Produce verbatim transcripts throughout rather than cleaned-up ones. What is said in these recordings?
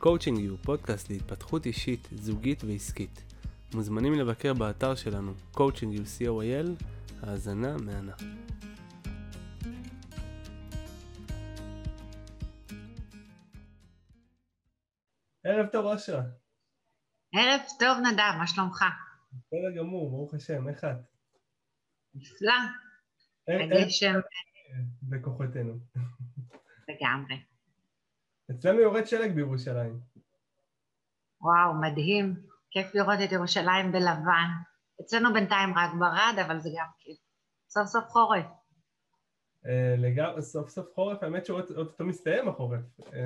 Coaching You, פודקאסט להתפתחות אישית, זוגית ועסקית. מוזמנים לבקר באתר שלנו, coaching you דוט co.il, האזנה מהנה. ערב טוב אושרה. ערב טוב נדב, מה שלומך? בסדר גמור, ברוך השם, איך את? נפלא. הגשם. בכוחותינו. לגמרי. אצלנו יורד שלג בירושלים. וואו, מדהים. כיף לראות את ירושלים בלבן. אצלנו בינתיים רק ברד, אבל זה גם כיף. סוף סוף חורף. לגמרי, סוף סוף חורף, האמת שעוד מסתיים החורף.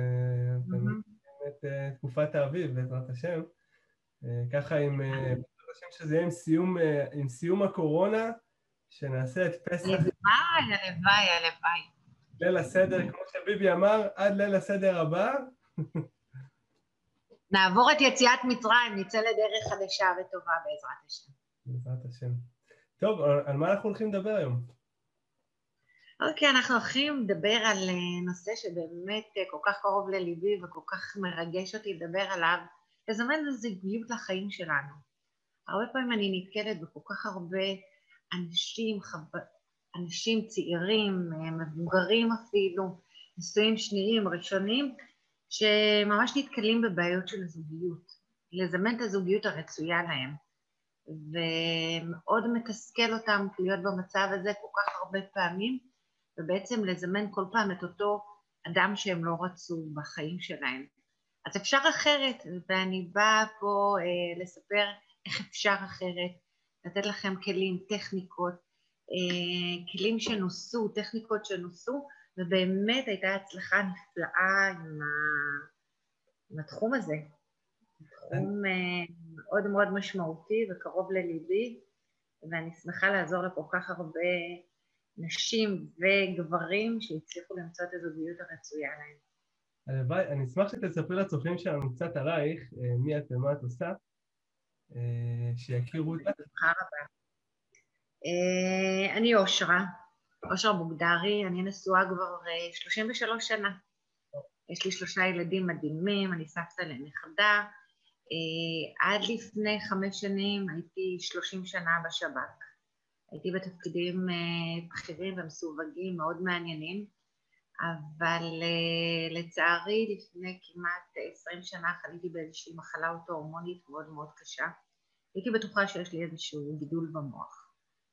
באמת תקופת האביב, בעזרת השם. ככה עם, בעזרת השם שזה יהיה עם סיום, עם סיום הקורונה, שנעשה את פסח. הלוואי, הלוואי, הלוואי. ליל הסדר, כמו שביבי אמר, עד ליל הסדר הבא. נעבור את יציאת מצרים, נצא לדרך חדשה וטובה בעזרת השם. בעזרת השם. טוב, על מה אנחנו הולכים לדבר היום? אוקיי, אנחנו הולכים לדבר על נושא שבאמת כל כך קרוב לליבי וכל כך מרגש אותי לדבר עליו, לזמן זוגיות לחיים שלנו. הרבה פעמים אני נתקלת בכל כך הרבה אנשים, חב... אנשים צעירים, מבוגרים אפילו, נישואים שניים, ראשונים, שממש נתקלים בבעיות של הזוגיות, לזמן את הזוגיות הרצויה להם, ומאוד מתסכל אותם להיות במצב הזה כל כך הרבה פעמים, ובעצם לזמן כל פעם את אותו אדם שהם לא רצו בחיים שלהם. אז אפשר אחרת, ואני באה פה אה, לספר איך אפשר אחרת, לתת לכם כלים, טכניקות, אה, כלים שנוסו, טכניקות שנוסו, ובאמת הייתה הצלחה נפלאה עם, ה... עם התחום הזה. תחום אה, מאוד מאוד משמעותי וקרוב לליבי, ואני שמחה לעזור לכל כך הרבה נשים וגברים שהצליחו למצוא את הזוגיות הרצויה להם. הלוואי, אני אשמח שתספרי לצופים שלנו קצת עלייך, מי את ומה את עושה, שיכירו אותך. בשמחה רבה. אני אושרה, אושרה בוגדרי, אני נשואה כבר שלושים ושלוש שנה. יש לי שלושה ילדים מדהימים, אני סבתא לנכדה. עד לפני חמש שנים הייתי שלושים שנה בשב"כ. הייתי בתפקידים בכירים ומסווגים מאוד מעניינים, אבל לצערי לפני כמעט עשרים שנה חליתי באיזושהי מחלה אוטואימונית מאוד מאוד קשה. הייתי בטוחה שיש לי איזשהו גידול במוח.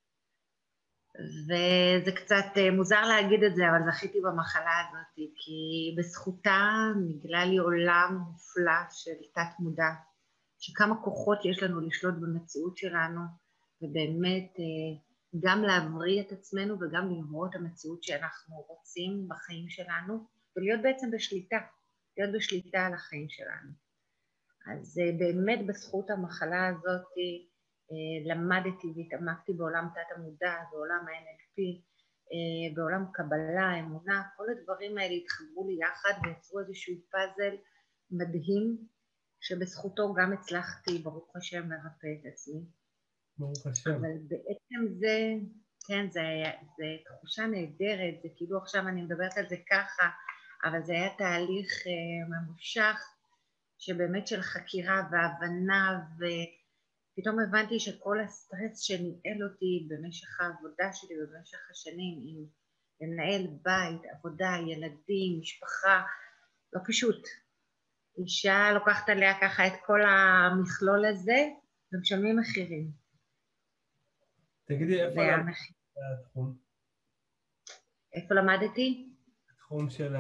וזה קצת מוזר להגיד את זה, אבל זכיתי במחלה הזאת, כי בזכותה נגלה לי עולם מופלא של תת מודע, שכמה כוחות יש לנו לשלוט במציאות שלנו, ובאמת גם להבריא את עצמנו וגם לברוא את המציאות שאנחנו רוצים בחיים שלנו, ולהיות בעצם בשליטה, להיות בשליטה על החיים שלנו. אז באמת בזכות המחלה הזאת למדתי והתעמקתי בעולם תת המודע, בעולם ה-אן אל פי, בעולם קבלה, אמונה, כל הדברים האלה התחברו לי יחד ויצרו איזשהו פאזל מדהים, שבזכותו גם הצלחתי, ברוך השם, לרפא את עצמי. ברוך השם. אבל בעצם זה, כן, זה, זה תחושה נהדרת, זה כאילו עכשיו אני מדברת על זה ככה, אבל זה היה תהליך ממושך, שבאמת של חקירה והבנה, ופתאום הבנתי שכל הסטרס שניהל אותי במשך העבודה שלי, במשך השנים, עם לנהל בית, עבודה, ילדים, משפחה, לא פשוט. אישה לוקחת עליה ככה את כל המכלול הזה, ומשלמים מחירים. תגידי, איפה למדת התחום? איפה למדתי? התחום של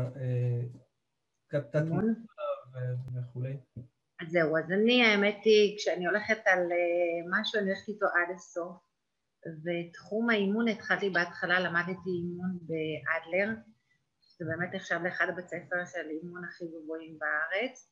התת-מודע וכולי. אז זהו, אז אני, האמת היא, כשאני הולכת על משהו, אני הולכת איתו עד הסוף, ותחום האימון התחלתי בהתחלה, למדתי אימון באדלר, שזה באמת עכשיו לאחד הבית ספר של אימון הכי גבוהים בארץ,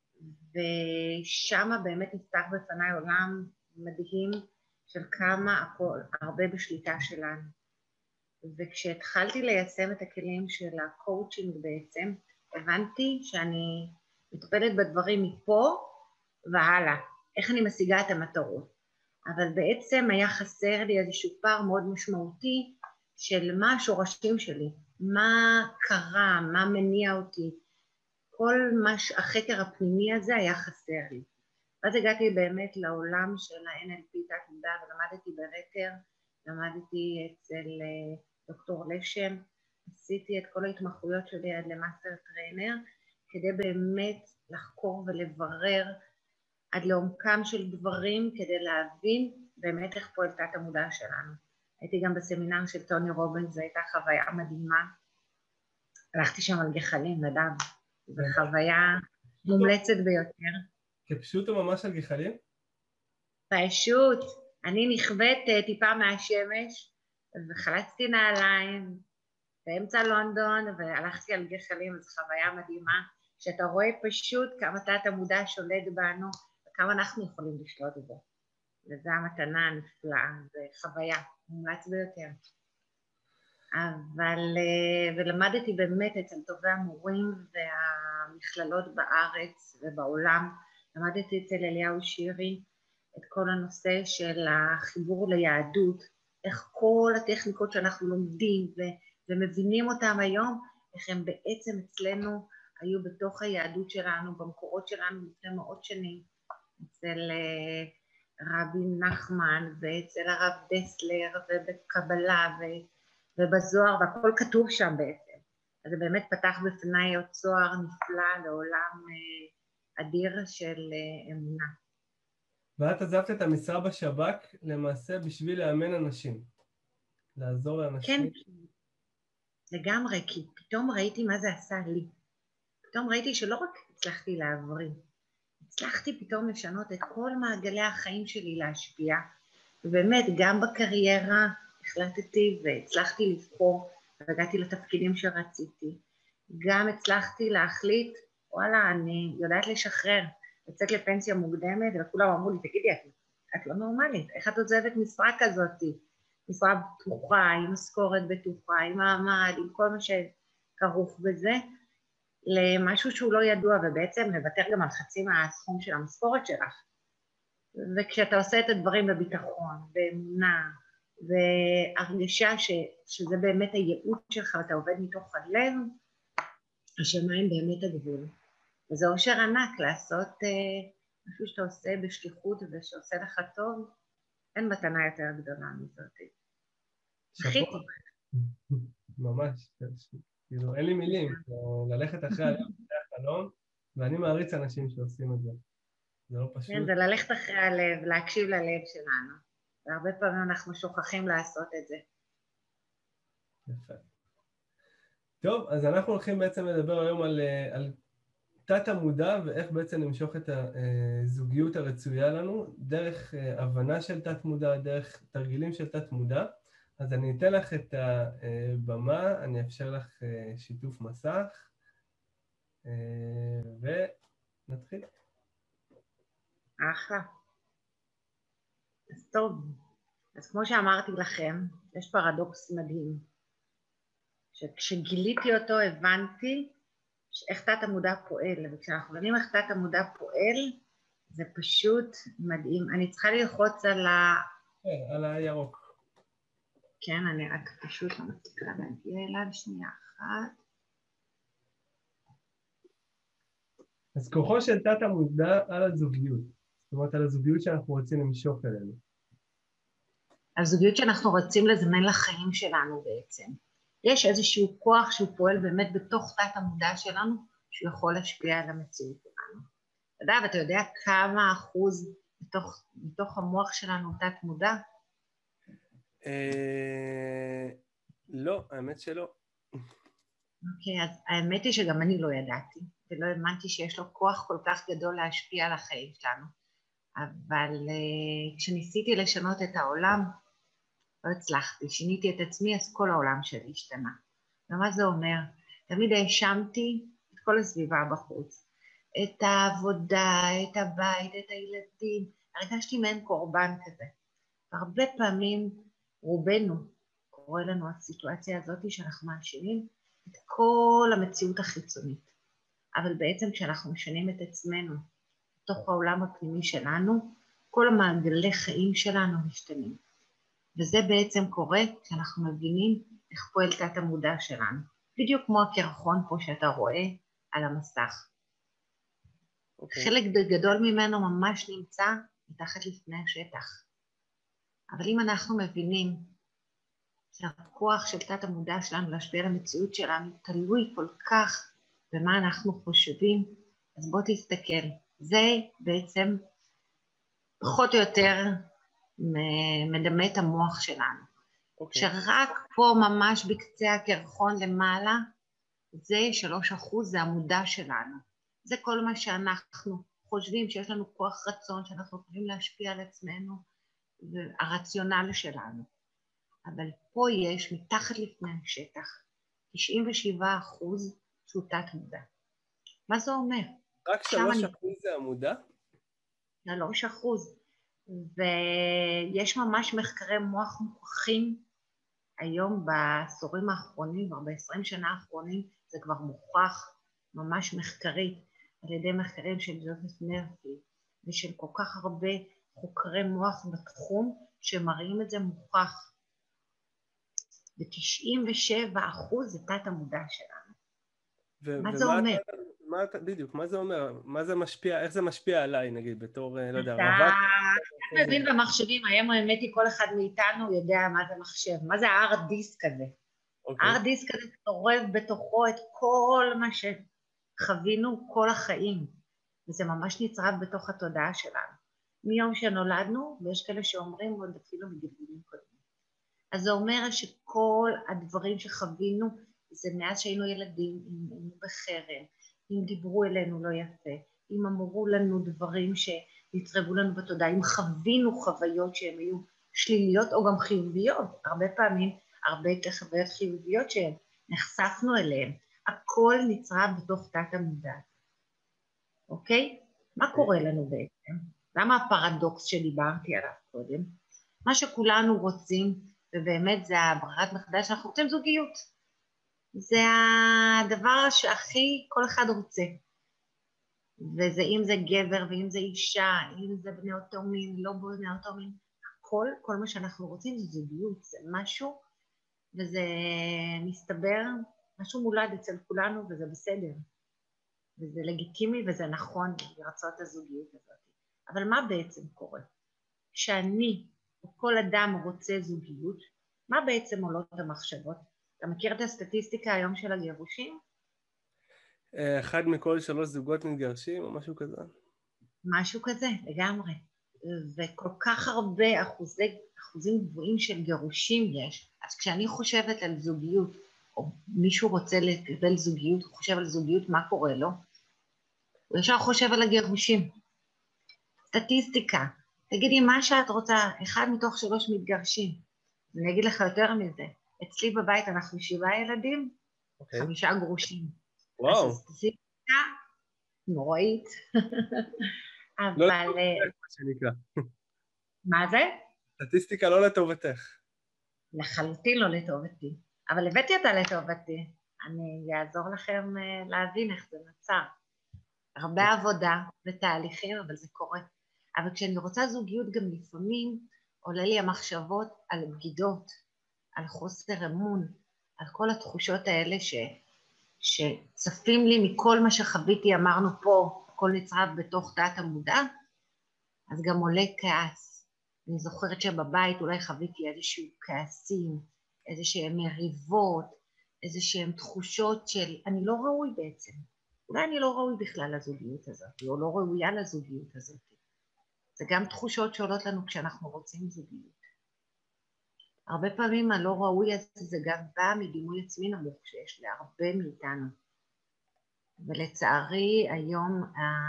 ושם באמת נפתח בפניי עולם מדהים של כמה הכל, הרבה בשליטה שלנו. וכשהתחלתי ליישם את הכלים של הקואוצ'ינג בעצם, הבנתי שאני מטפלת בדברים מפה והלאה, איך אני משיגה את המטרות. אבל בעצם היה חסר לי איזשהו פער מאוד משמעותי של מה השורשים שלי, מה קרה, מה מניע אותי, כל מה החקר הפנימי הזה היה חסר לי. אז הגעתי באמת לעולם של ה-אן אל פי תת מודע ולמדתי ברקר, למדתי אצל דוקטור לשם, עשיתי את כל ההתמחויות שלי עד למאסטר טריינר, כדי באמת לחקור ולברר עד לעומקם של דברים, כדי להבין באמת איך פועל תת המודע שלנו. הייתי גם בסמינר של טוני רובינס, זו הייתה חוויה מדהימה. הלכתי שם על גחלים, נדב, זו חוויה מומלצת ביותר. כפשוטו ממש על גחלים? פשוט, אני נכבאת טיפה מהשמש, וחלצתי נעליים באמצע לונדון, והלכתי על גחלים, זו חוויה מדהימה, שאתה רואה פשוט כמה תת המודע שולט בנו, וכמה אנחנו יכולים לשלוט בו. וזו המתנה הנפלאה, זו חוויה מומלץ ביותר. אבל, ולמדתי באמת אצל טובי המורים והמכללות בארץ ובעולם, למדתי אצל אליהו שירי את כל הנושא של החיבור ליהדות, איך כל הטכניקות שאנחנו לומדים ו- ומבינים אותם היום, איך הם בעצם אצלנו היו בתוך היהדות שלנו, במקורות שלנו לפני מאות שנים, אצל רבי נחמן ואצל הרב דסלר ובקבלה ו- ובזוהר, והכל כתוב שם בעצם. אז זה באמת פתח בפניי עוד צוהר נפלא לעולם אדיר של אמונה. ואת עזבת את המשרה בשב"כ למעשה בשביל לאמן אנשים, לעזור לאנשים. כן, לגמרי, כי פתאום ראיתי מה זה עשה לי. פתאום ראיתי שלא רק הצלחתי להבריא, הצלחתי פתאום לשנות את כל מעגלי החיים שלי להשפיע, ובאמת גם בקריירה החלטתי והצלחתי לבחור, והגעתי לתפקידים שרציתי. גם הצלחתי להחליט, וואלה, אני יודעת לשחרר, לצאת לפנסיה מוקדמת, וכולם אמרו לי, תגידי, את, את לא נורמלית, איך את עוזבת משרה כזאת? משרה בטוחה, עם משכורת בטוחה, עם מעמד, עם כל מה שכרוך בזה, למשהו שהוא לא ידוע, ובעצם לוותר גם על חצי מהסכום של המשכורת שלך. וכשאתה עושה את הדברים בביטחון, באמונה, והרגשה ש, שזה באמת הייעוד שלך, ואתה עובד מתוך הלב, השמיים באמת הגבול. וזה אושר ענק לעשות אה, משהו שאתה עושה בשליחות ושעושה לך טוב, אין מתנה יותר גדולה מזאת. זכיתי. ממש, כאילו אין לי מילים, ללכת אחרי הלב, אחרי החלום, ואני מעריץ אנשים שעושים את זה. זה לא פשוט. כן, זה ללכת אחרי הלב, להקשיב ללב שלנו. והרבה פעמים אנחנו שוכחים לעשות את זה. יפה. טוב, אז אנחנו הולכים בעצם לדבר היום על, על תת המודע, ואיך בעצם למשוך את הזוגיות הרצויה לנו, דרך הבנה של תת מודע, דרך תרגילים של תת מודע. אז אני אתן לך את הבמה, אני אפשר לך שיתוף מסך, ונתחיל. אחלה. אז טוב, אז כמו שאמרתי לכם, יש פרדוקס מדהים, שכשגיליתי אותו הבנתי איך תת המודע פועל, וכשאנחנו מבינים איך תת המודע פועל, זה פשוט מדהים. אני צריכה ללחוץ על ה... כן, על הירוק. כן, אני רק פשוט לא מצליחה להגיע אליו שנייה אחת. אז כוחו של תת המודע על הזוגיות, זאת אומרת על הזוגיות שאנחנו רוצים למשוך אלינו. הזוגיות שאנחנו רוצים לזמן לחיים שלנו בעצם. יש איזשהו כוח שהוא פועל באמת בתוך תת המודע שלנו, שהוא יכול להשפיע על המציאות שלנו. אתה יודע, ואתה יודע כמה אחוז בתוך, בתוך המוח שלנו תת מודע? לא, האמת שלא. אוקיי, אז האמת היא שגם אני לא ידעתי, ולא האמנתי שיש לו כוח כל כך גדול להשפיע על החיים שלנו. אבל uh, כשניסיתי לשנות את העולם, לא הצלחתי, שיניתי את עצמי, אז כל העולם שלי השתנה. ומה זה אומר? תמיד האשמתי את כל הסביבה בחוץ, את העבודה, את הבית, את הילדים, הרגשתי מעין קורבן כזה. והרבה פעמים רובנו קורה לנו הסיטואציה הזאת שאנחנו מאשימים את כל המציאות החיצונית. אבל בעצם כשאנחנו משנים את עצמנו בתוך העולם הפנימי שלנו, כל המעגלי חיים שלנו משתנים. וזה בעצם קורה כשאנחנו מבינים איך פועל תת המודע שלנו. בדיוק כמו הקרחון פה שאתה רואה על המסך. Okay. חלק גדול ממנו ממש נמצא מתחת לפני השטח. אבל אם אנחנו מבינים שהכוח של תת המודע שלנו להשפיע על המציאות שלנו תלוי כל כך במה אנחנו חושבים, אז בוא תסתכל. זה בעצם פחות או יותר מדמה את המוח שלנו. Okay. שרק פה ממש בקצה הקרחון למעלה, זה שלוש אחוז, זה המודע שלנו. זה כל מה שאנחנו חושבים שיש לנו כוח רצון, שאנחנו יכולים להשפיע על עצמנו, והרציונל שלנו. אבל פה יש מתחת לפני השטח, תשעים ושבעה אחוז שהוא תת מודע. מה זה אומר? רק שלוש אחוז זה המודע? שלוש אחוז. ויש ממש מחקרי מוח מוכחים, היום בעשורים האחרונים, כבר ב-עשרים שנה האחרונים, זה כבר מוכח ממש מחקרית, על ידי מחקרים של ג'וזף מרפי, ושל כל כך הרבה חוקרי מוח בתחום, שמראים את זה מוכח. ב-תשעים ושבעה אחוז זה תת המודע שלנו. ו- מה זה אומר? מה, בדיוק, מה זה אומר? מה זה משפיע, איך זה משפיע עליי, נגיד, בתור, לא יודע, רווק? אתה מבין במחשבים, היום האמת היא כל אחד מאיתנו יודע מה זה מחשב, מה זה הארד דיסק הזה? הארד דיסק הזה תורב בתוכו את כל מה שחווינו כל החיים, וזה ממש נצרב בתוך התודעה שלנו. מיום שנולדנו, ויש כאלה שאומרים עוד אפילו מגלגולים קודמים. אז זה אומר שכל הדברים שחווינו, זה מאז שהיינו ילדים, אם היינו בחרם, אם דיברו אלינו לא יפה, אם אמרו לנו דברים שנצרבו לנו בתודעה, אם חווינו חוויות שהן היו שליליות או גם חיוביות, הרבה פעמים, הרבה חוויות חיוביות שנחשפנו אליהן, הכל נצרב בתוך תת המודע. אוקיי? מה קורה לנו בעצם? למה הפרדוקס שדיברתי עליו קודם? מה שכולנו רוצים, ובאמת זה הברירת מחדש, שאנחנו רוצים זוגיות. זה הדבר שהכי כל אחד רוצה. וזה אם זה גבר ואם זה אישה, אם זה בני אותו מין, לא בני אותו מין, הכל, כל מה שאנחנו רוצים זה זוגיות, זה משהו, וזה מסתבר, משהו מולד אצל כולנו וזה בסדר. וזה לגיטימי וזה נכון לרצות את הזוגיות הזאת. אבל מה בעצם קורה? כשאני או כל אדם רוצה זוגיות, מה בעצם עולות המחשבות? אתה מכיר את הסטטיסטיקה היום של הגירושים? אחד מכל שלוש זוגות מתגרשים או משהו כזה? משהו כזה, לגמרי. וכל כך הרבה אחוזי, אחוזים גבוהים של גירושים יש. אז כשאני חושבת על זוגיות, או מישהו רוצה לקבל זוגיות, הוא חושב על זוגיות, מה קורה לו? הוא ישר חושב על הגירושים. סטטיסטיקה, תגידי מה שאת רוצה, אחד מתוך שלוש מתגרשים. אני אגיד לך יותר מזה, אצלי בבית אנחנו שבעה ילדים, okay. חמישה גרושים. וואו. אז סטטיסטיקה נוראית. אבל... לא לטובתך, מה שנקרא. מה זה? סטטיסטיקה לא לטובתך. לחלוטין לא לטובתי, אבל הבאתי אותה לטובתי. אני אעזור לכם להבין איך זה נוצר. הרבה okay. עבודה ותהליכים, אבל זה קורה. אבל כשאני רוצה זוגיות גם לפעמים, עולה לי המחשבות על בגידות, על חוסר אמון, על כל התחושות האלה ש, שצפים לי מכל מה שחוויתי, אמרנו פה, הכל נצרב בתוך תת המודע, אז גם עולה כעס. אני זוכרת שבבית אולי חוויתי איזשהו כעסים, איזשהם מריבות, איזשהם תחושות של אני לא ראוי בעצם. אולי אני לא ראוי בכלל לזוגיות הזאת, או לא ראויה לזוגיות הזאת. זה גם תחושות שעולות לנו כשאנחנו רוצים זוגיות. הרבה פעמים הלא ראוי הזה זה גם בא מדימוי עצמי נמוך שיש להרבה מאיתנו. ולצערי היום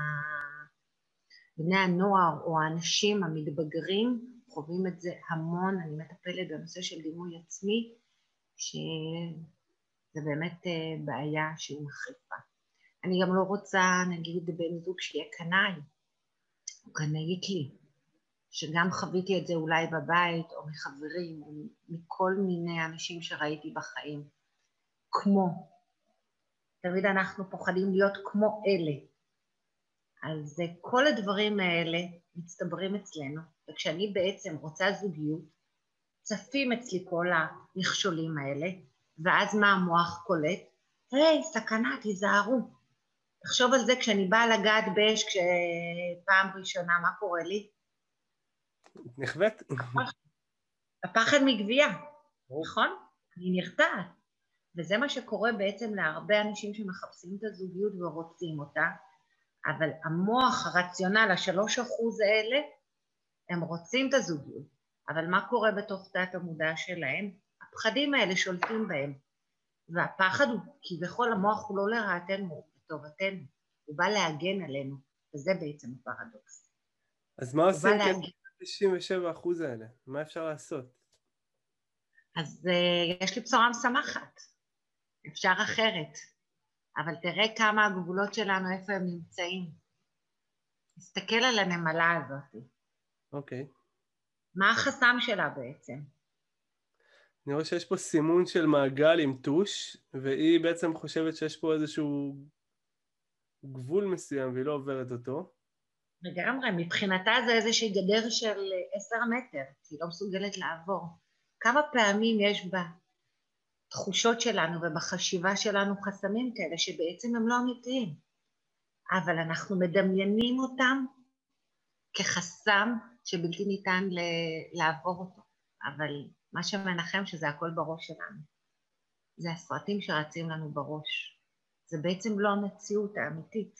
בני הנוער או האנשים המתבגרים חווים את זה המון. אני מטפלת בנושא של דימוי עצמי, שזה באמת בעיה שהיא מחריפה. אני גם לא רוצה, נגיד, בן זוג שיהיה קנאי, או קנאית לי, שגם חוויתי את זה אולי בבית, או מחברים, או מכל מיני אנשים שראיתי בחיים. כמו. תמיד אנחנו פוחדים להיות כמו אלה. אז כל הדברים האלה מצטברים אצלנו, וכשאני בעצם רוצה זוגיות, צפים אצלי כל המכשולים האלה, ואז מה המוח קולט? היי, סכנה, תיזהרו. תחשוב על זה כשאני באה לגעת באש כשפעם ראשונה, מה קורה לי? נחוות? הפחד מגבייה, נכון? אני נרתעת. וזה מה שקורה בעצם להרבה אנשים שמחפשים את הזוגיות ורוצים אותה, אבל המוח, הרציונל, השלוש אחוז האלה, הם רוצים את הזוגיות, אבל מה קורה בתוך תת המודע שלהם? הפחדים האלה שולטים בהם, והפחד הוא, כביכול המוח הוא לא לרעתנו, הוא לטובתנו, הוא בא להגן עלינו, וזה בעצם הפרדוקס. אז מה עושים כ-תשעים ושבעה אחוז האלה? מה אפשר לעשות? אז uh, יש לי בשורה משמחת, אפשר אחרת, אבל תראה כמה הגבולות שלנו, איפה הם נמצאים. תסתכל על הנמלה הזאת. אוקיי. מה החסם שלה בעצם? אני רואה שיש פה סימון של מעגל עם טוש, והיא בעצם חושבת שיש פה איזשהו גבול מסוים והיא לא עוברת אותו. לגמרי, מבחינתה זה איזושהי גדר של עשר מטר, היא לא מסוגלת לעבור. כמה פעמים יש בתחושות שלנו ובחשיבה שלנו חסמים כאלה שבעצם הם לא אמיתיים, אבל אנחנו מדמיינים אותם כחסם שבלתי ניתן לעבור אותו, אבל מה שמנחם שזה הכל בראש שלנו. זה הסרטים שרצים לנו בראש. זה בעצם לא המציאות האמיתית.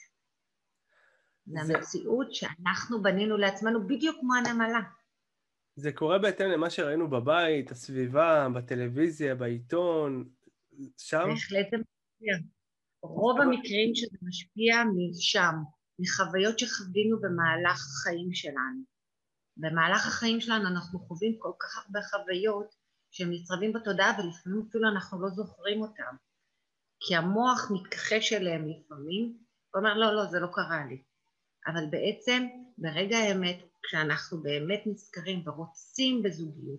זה, זה המציאות שאנחנו בנינו לעצמנו בדיוק כמו הנמלה. זה קורה בהתאם למה שראינו בבית, הסביבה, בטלוויזיה, בעיתון, שם? בהחלט זה משפיע. רוב המקרים שזה משפיע משם, מחוויות שחווינו במהלך החיים שלנו. במהלך החיים שלנו אנחנו חווים כל כך הרבה חוויות שהם נצרבים בתודעה, ולפעמים אפילו אנחנו לא זוכרים אותם. כי המוח מתכחש אליהם לפעמים, ואומר לא, לא, זה לא קרה לי. אבל בעצם ברגע האמת, כשאנחנו באמת נזכרים ורוצים בזוגיות,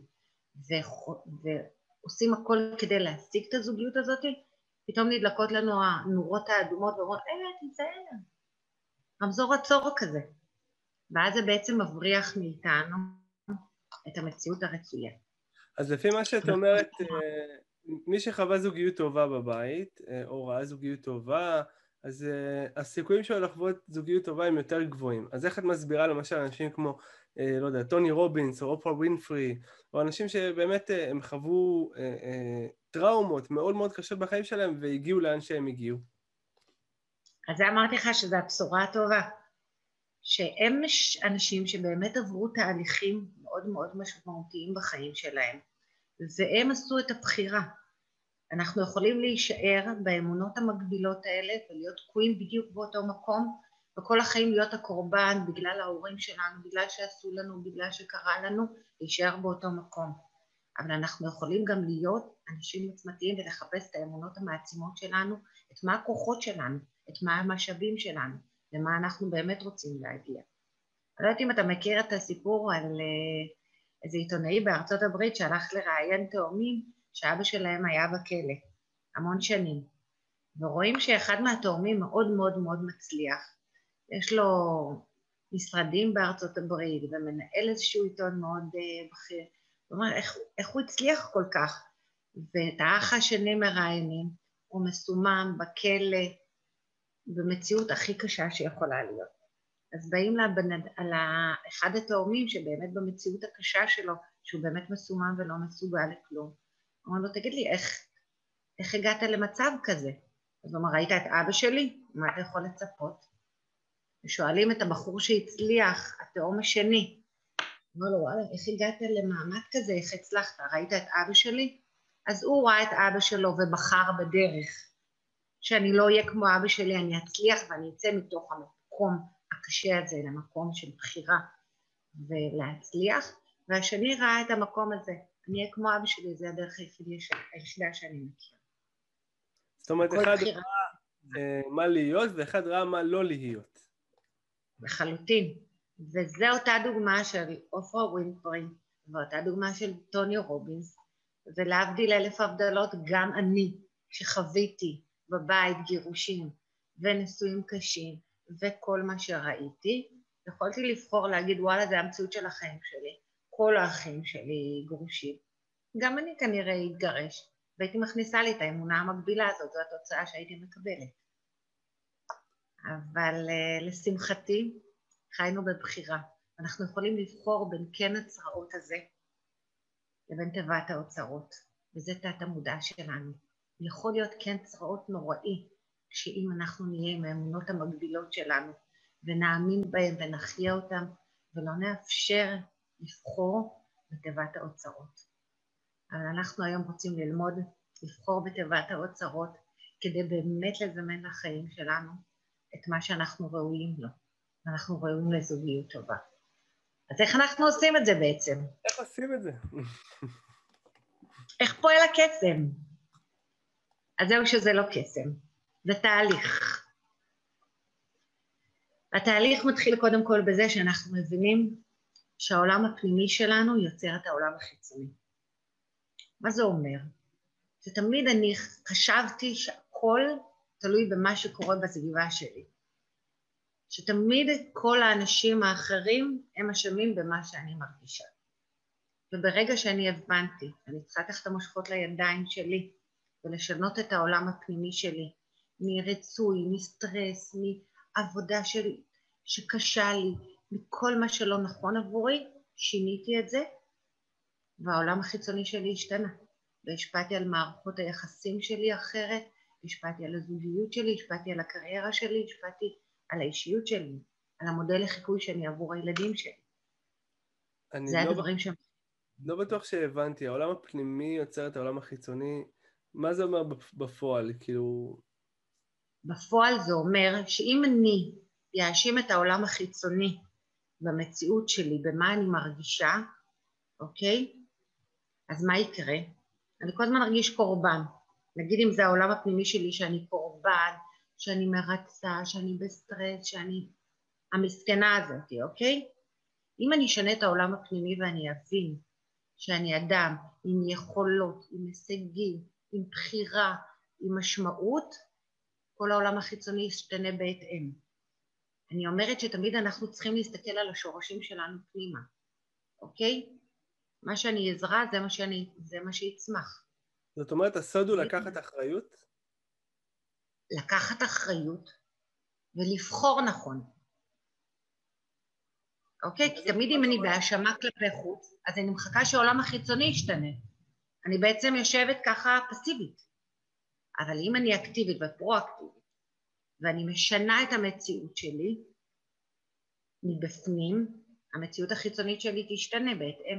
ועושים הכל כדי להשיג את הזוגיות הזאת, פתאום נדלקות לנו הנורות האדומות ואומרות, אה, תיזהר, רמזור עצור כזה. ואז זה בעצם מבריח מאיתנו את המציאות הרצויה. אז לפי מה שאת אומרת, מי שחווה זוגיות טובה בבית, או ראה זוגיות טובה, אז הסיכויים שלו לחוות זוגיות טובה הם יותר גבוהים. אז איך את מסבירה למשל אנשים כמו, לא יודע, טוני רובינס או אופרה ווינפרי, או אנשים שבאמת הם חוו טראומות מאוד מאוד קשות בחיים שלהם והגיעו לאן שהם הגיעו? אז זה אמרתי לך שזו הבשורה הטובה, שהם אנשים שבאמת עברו תהליכים מאוד מאוד משמעותיים בחיים שלהם, והם עשו את הבחירה. אנחנו יכולים להישאר באמונות המקבילות האלה ולהיות תקועים בדיוק באותו מקום, וכל החיים להיות הקורבן בגלל ההורים שלנו, בגלל שעשו לנו, בגלל שקרה לנו, להישאר באותו מקום. אבל אנחנו יכולים גם להיות אנשים עצמתיים ולחפש את האמונות המעצימות שלנו, את מה הכוחות שלנו, את מה המשאבים שלנו, למה אנחנו באמת רוצים להגיע. אני לא יודעת אם אתה מכיר את הסיפור על איזה עיתונאי בארצות הברית שהלך לראיין תאומים, שאבא שלהם היה בכלא המון שנים, ורואים שאחד מהתאומים מאוד מאוד מאוד מצליח, יש לו משרדים בארצות הברית ומנהל איזשהו עיתון מאוד בכיר, זאת אומרת, איך, איך הוא הצליח כל כך, ואת האח השני מראיינים, הוא מסומם בכלא במציאות הכי קשה שיכולה להיות. אז באים לבנד, על אחד התאומים שבאמת במציאות הקשה שלו, שהוא באמת מסומם ולא מסוגל לכלום. הוא אומר לו, תגיד לי, איך, איך הגעת למצב כזה? אז הוא אומר, ראית את אבא שלי? מה אתה יכול לצפות? ושואלים את הבחור שהצליח, התאום השני. הוא אומר לו, וואלה, איך הגעת למעמד כזה? איך הצלחת? ראית את אבא שלי? אז הוא ראה את אבא שלו ובחר בדרך. שאני לא אהיה כמו אבא שלי, אני אצליח ואני אצא מתוך המקום הקשה הזה למקום של בחירה ולהצליח. והשני ראה את המקום הזה. אני אהיה כמו אבא שלי, זה הדרך היחידה שאני מכיר. זאת אומרת, אחד ראה מה להיות ואחד ראה מה לא להיות. לחלוטין. וזו אותה דוגמה של אופרה ווינפרי, ואותה דוגמה של טוני רובינס, ולהבדיל אלף הבדלות, גם אני, שחוויתי בבית גירושים ונישואים קשים, וכל מה שראיתי, יכולתי לבחור להגיד, וואלה, זה המציאות של החיים שלי. כל האחים שלי גרושים. גם אני כנראה התגרש, והייתי מכניסה לי את האמונה המקבילה הזאת, זו התוצאה שהייתי מקבלת. אבל uh, לשמחתי חיינו בבחירה. אנחנו יכולים לבחור בין כן הצרעות הזה לבין תיבת האוצרות, וזה תת המודע שלנו. יכול להיות כן צרעות נוראי, שאם אנחנו נהיה עם האמונות המגבילות שלנו, ונאמין בהם ונחיה אותם, ולא נאפשר לבחור בתיבת האוצרות. אבל אנחנו היום רוצים ללמוד, לבחור בתיבת האוצרות, כדי באמת לזמן לחיים שלנו את מה שאנחנו ראויים לו. אנחנו ראויים לזוגיות טובה. אז איך אנחנו עושים את זה בעצם? איך עושים את זה? איך פועל הקסם? אז זהו שזה לא קסם, זה תהליך. התהליך מתחיל קודם כל בזה שאנחנו מבינים שהעולם הפנימי שלנו יוצר את העולם החיצוני. מה זה אומר? שתמיד אני חשבתי שהכל תלוי במה שקורה בסביבה שלי. שתמיד כל האנשים האחרים הם אשמים במה שאני מרגישה. וברגע שאני הבנתי, אני צריכה לקחת את המושכות לידיים שלי, ולשנות את העולם הפנימי שלי, מרצוי, מסטרס, מעבודה שלי, שקשה לי, מכל מה שלא נכון עבורי, שיניתי את זה, והעולם החיצוני שלי השתנה. והשפעתי על מערכות היחסים שלי אחרת, השפעתי על הזוגיות שלי, השפעתי על הקריירה שלי, השפעתי על האישיות שלי, על המודל לחיקוי שאני עבור הילדים שלי. זה לא הדברים ש... לא בטוח שהבנתי, העולם הפנימי יוצר את העולם החיצוני, מה זה אומר בפועל? כאילו... בפועל זה אומר שאם אני יאשים את העולם החיצוני במציאות שלי, במה אני מרגישה, אוקיי? אז מה יקרה? אני כל הזמן ארגיש קורבן. נגיד אם זה העולם הפנימי שלי שאני קורבן, שאני מרצה, שאני בסטרס, שאני המסכנה הזאת, אוקיי? אם אני אשנה את העולם הפנימי ואני אבין שאני אדם עם יכולות, עם הישגים, עם בחירה, עם משמעות, כל העולם החיצוני ישתנה בהתאם. אני אומרת שתמיד אנחנו צריכים להסתכל על השורשים שלנו פנימה, אוקיי? מה שאני אזרע זה מה שאני, זה מה שיצמח. זאת אומרת, הסוד הוא לקחת אחריות? לקחת אחריות ולבחור נכון. אוקיי? כי תמיד אם אני בהאשמה כלפי חוץ, אז אני מחכה שהעולם החיצוני ישתנה. אני בעצם יושבת ככה פסיבית. אבל אם אני אקטיבית ופרואקטיבית, ואני משנה את המציאות שלי, מבפנים, המציאות החיצונית שלי תשתנה בהתאם.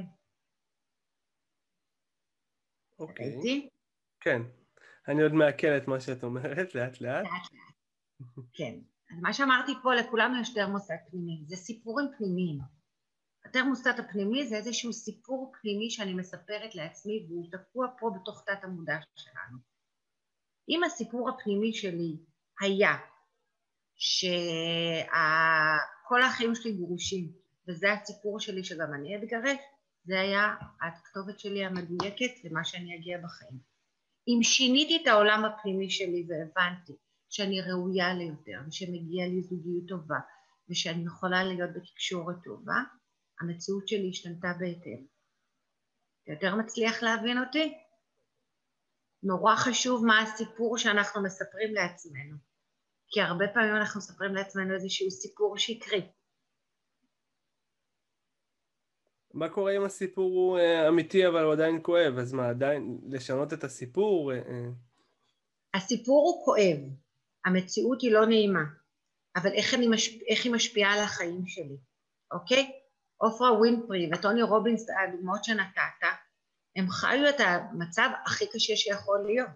אוקיי. ראיתי? כן. אני עוד מעכל את מה שאת אומרת, לאט לאט. לאט לאט. כן. אז מה שאמרתי פה, לכולנו יש תרמוסטט פנימי. זה סיפורים פנימיים. התרמוסטט הפנימי זה איזשהו סיפור פנימי שאני מספרת לעצמי, והוא תקוע פה בתוך תת המודע שלנו. אם הסיפור הפנימי שלי היה שכל האחים שלי גרושים, וזה הסיפור שלי שגם אני אתגרש, זה היה הכתובת שלי המדויקת למה שאני אגיע בחיים. אם שיניתי את העולם הפנימי שלי והבנתי שאני ראויה ליותר, ושמגיע לי זוגיות טובה, ושאני יכולה להיות בתקשורת טובה, המציאות שלי השתנתה בהתאם. אתה יותר מצליח להבין אותי? נורא חשוב מה הסיפור שאנחנו מספרים לעצמנו. כי הרבה פעמים אנחנו מספרים לעצמנו איזשהו סיפור שקרי. מה קורה אם הסיפור הוא אמיתי אבל הוא עדיין כואב? אז מה, עדיין לשנות את הסיפור? הסיפור הוא כואב, המציאות היא לא נעימה, אבל איך, אני משפ... איך היא משפיעה על החיים שלי, אוקיי? אופרה ווינפרי וטוני רובינס, הדוגמאות שנתת, הם חיו את המצב הכי קשה שיכול להיות.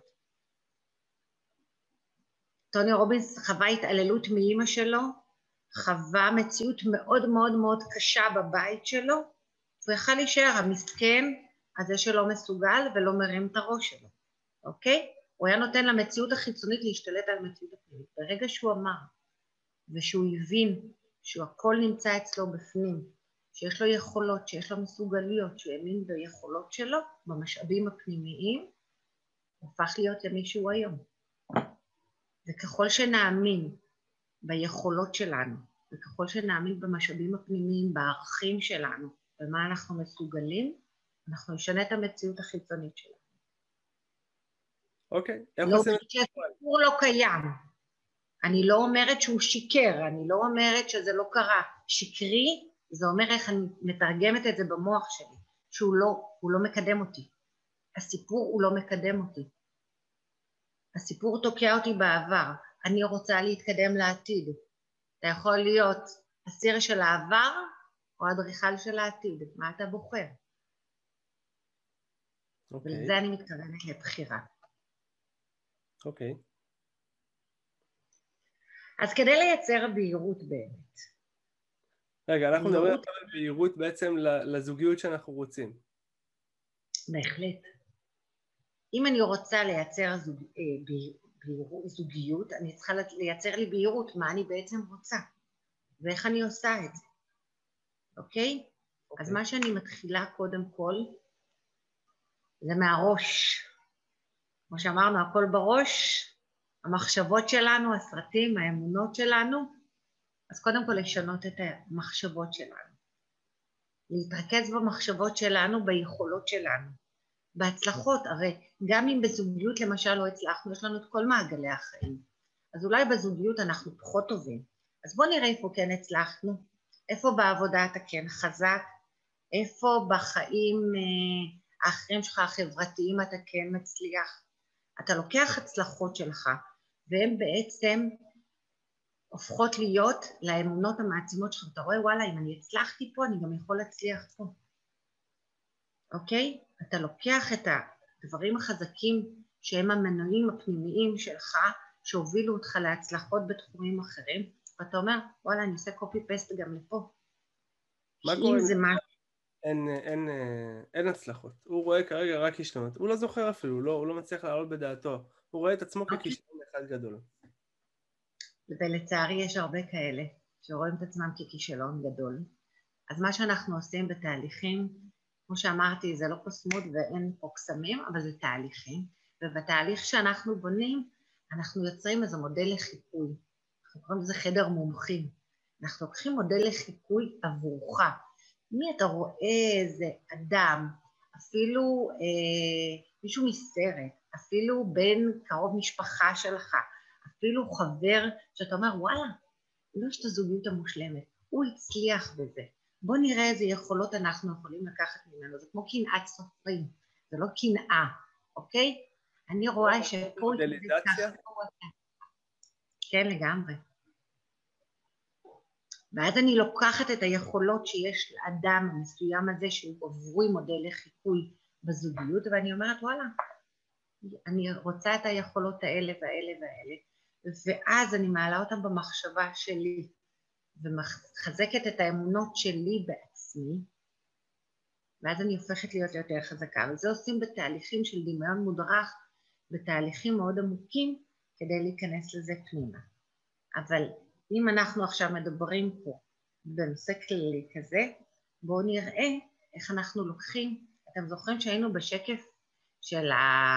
טוני רובינס חווה התעללות מאמא שלו, חווה מציאות מאוד מאוד מאוד קשה בבית שלו, הוא יכל להישאר המסכן הזה שלא מסוגל ולא מרים את הראש שלו, אוקיי? הוא היה נותן למציאות החיצונית להשתלט על המציאות הפנימית. ברגע שהוא אמר, ושהוא הבין שהכל נמצא אצלו בפנים, שיש לו יכולות, שיש לו מסוגליות, שהוא האמין ביכולות שלו, במשאבים הפנימיים, הוא הפך להיות למישהו היום. וככל שנאמין ביכולות שלנו, וככל שנאמין במשאבים הפנימיים, בערכים שלנו, במה אנחנו מסוגלים, אנחנו נשנה את המציאות החיצונית שלנו. אוקיי, איך לא עושים את זה? שהסיפור לא קיים. אני לא אומרת שהוא שיקר, אני לא אומרת שזה לא קרה. שקרי, זה אומר איך אני מתרגמת את זה במוח שלי, שהוא לא, הוא לא מקדם אותי. הסיפור הוא לא מקדם אותי. הסיפור תוקע אותי בעבר. אני רוצה להתקדם לעתיד. אתה יכול להיות אסיר של העבר או אדריכל של העתיד. מה אתה בוחר? אוקיי. ולזה אני מתכוונת לבחירה. אוקיי. אז כדי לייצר בהירות באמת. רגע, אנחנו מדברים על בהירות בעצם לזוגיות שאנחנו רוצים. בהחלט. אם אני רוצה לייצר זוג, בהירות, זוגיות, אני צריכה לייצר לי בהירות מה אני בעצם רוצה, ואיך אני עושה את זה. אוקיי? אוקיי. אז מה שאני מתחילה קודם כל, זה מהראש. כמו שאמרנו, הכל בראש, המחשבות שלנו, הסרטים, האמונות שלנו, אז קודם כל לשנות את המחשבות שלנו. להתרכז במחשבות שלנו, ביכולות שלנו. בהצלחות, הרי גם אם בזוגיות למשל לא הצלחנו, יש לנו את כל מעגלי החיים. אז אולי בזוגיות אנחנו פחות טובים. אז בוא נראה איפה כן הצלחנו, איפה בעבודה אתה כן חזק, איפה בחיים האחרים שלך, החברתיים, אתה כן מצליח. אתה לוקח הצלחות שלך, והן בעצם הופכות להיות לאמונות המעצימות שלך. אתה רואה, וואלה, אם אני הצלחתי פה, אני גם יכול להצליח פה. אוקיי? אתה לוקח את הדברים החזקים שהם המנועים הפנימיים שלך, שהובילו אותך להצלחות בתחומים אחרים, ואתה אומר, וואלה, אני עושה קופי פסט גם לפה. מה קורה? זה מה... אין, אין, אין הצלחות. הוא רואה כרגע רק כישלונות. הוא לא זוכר אפילו, הוא לא, הוא לא מצליח לעלות בדעתו. הוא רואה את עצמו okay. ככישלון אחד גדול. ולצערי יש הרבה כאלה שרואים את עצמם ככישלון גדול. אז מה שאנחנו עושים בתהליכים, כמו שאמרתי, זה לא קוסמות ואין פה קסמים, אבל זה תהליכים. ובתהליך שאנחנו בונים, אנחנו יוצרים איזה מודל לחיקוי. אנחנו קוראים לזה חדר מומחים. אנחנו לוקחים מודל לחיקוי עבורך. מי אתה רואה איזה אדם, אפילו אה, מישהו מסרט, אפילו בן קרוב משפחה שלך, אפילו חבר שאתה אומר, וואלה, לא יש את הזוגיות המושלמת, הוא הצליח בזה. בוא נראה איזה יכולות אנחנו יכולים לקחת ממנו, זה כמו קנאת סופרים, זה לא קנאה, אוקיי? אני רואה שפה... מודליזציה? כן, לגמרי. ואז אני לוקחת את היכולות שיש לאדם המסוים הזה שהוא עבורי מודל לחיקוי בזוגיות, ואני אומרת, וואלה, אני רוצה את היכולות האלה והאלה והאלה, ואז אני מעלה אותם במחשבה שלי, ומחזקת את האמונות שלי בעצמי, ואז אני הופכת להיות יותר חזקה, וזה עושים בתהליכים של דמיון מודרך, בתהליכים מאוד עמוקים, כדי להיכנס לזה פנימה. אבל אם אנחנו עכשיו מדברים פה בנושא כללי כזה, בואו נראה איך אנחנו לוקחים, אתם זוכרים שהיינו בשקף של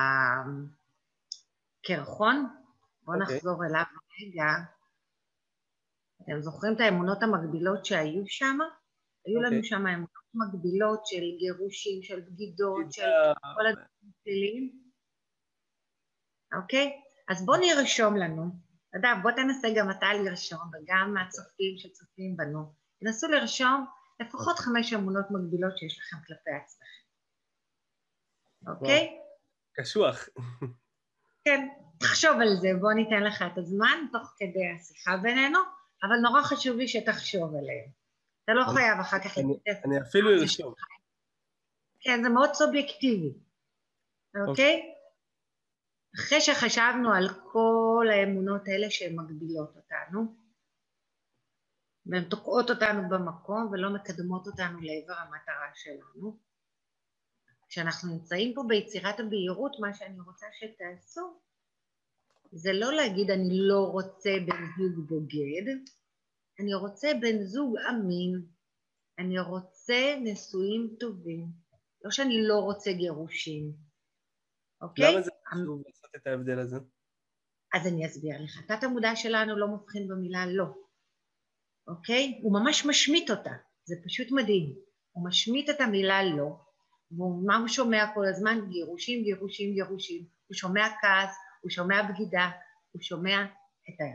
הקרחון? בואו okay. נחזור אליו רגע. אתם זוכרים את האמונות המקבילות שהיו שם? היו okay. לנו שם אמונות מקבילות של גירושים, של בגידות, yeah. של כל הדברים. אוקיי? Okay? אז בואו נרשום לנו. אדם, בוא תנסה גם אתה לרשום, וגם מהצופים שצופים בנו. תנסו לרשום לפחות חמש אמונות מקבילות שיש לכם כלפי עצמכם. אוקיי? קשוח. כן, תחשוב על זה, בוא ניתן לך את הזמן, תוך כדי השיחה בינינו, אבל נורא חשוב לי שתחשוב עליהם. אתה לא חייב אחר כך... אני אפילו לרשום. כן, זה מאוד סובייקטיבי. אוקיי? אחרי שחשבנו על כל האמונות האלה שהן מגבילות אותנו, והן תוקעות אותנו במקום ולא מקדמות אותנו לעבר המטרה שלנו, כשאנחנו נמצאים פה ביצירת הבהירות, מה שאני רוצה שתעשו, זה לא להגיד אני לא רוצה בן זוג בוגד, אני רוצה בן זוג אמין, אני רוצה נישואים טובים, לא שאני לא רוצה גירושים. אוקיי? למה זה חשוב לעשות את ההבדל הזה? אז אני אסביר לך. תת המודע שלנו לא מבחין במילה לא. אוקיי? הוא ממש משמיט אותה. זה פשוט מדהים. הוא משמיט את המילה לא, ומה הוא שומע כל הזמן? גירושים, גירושים, גירושים. הוא שומע כעס, הוא שומע בגידה, הוא שומע את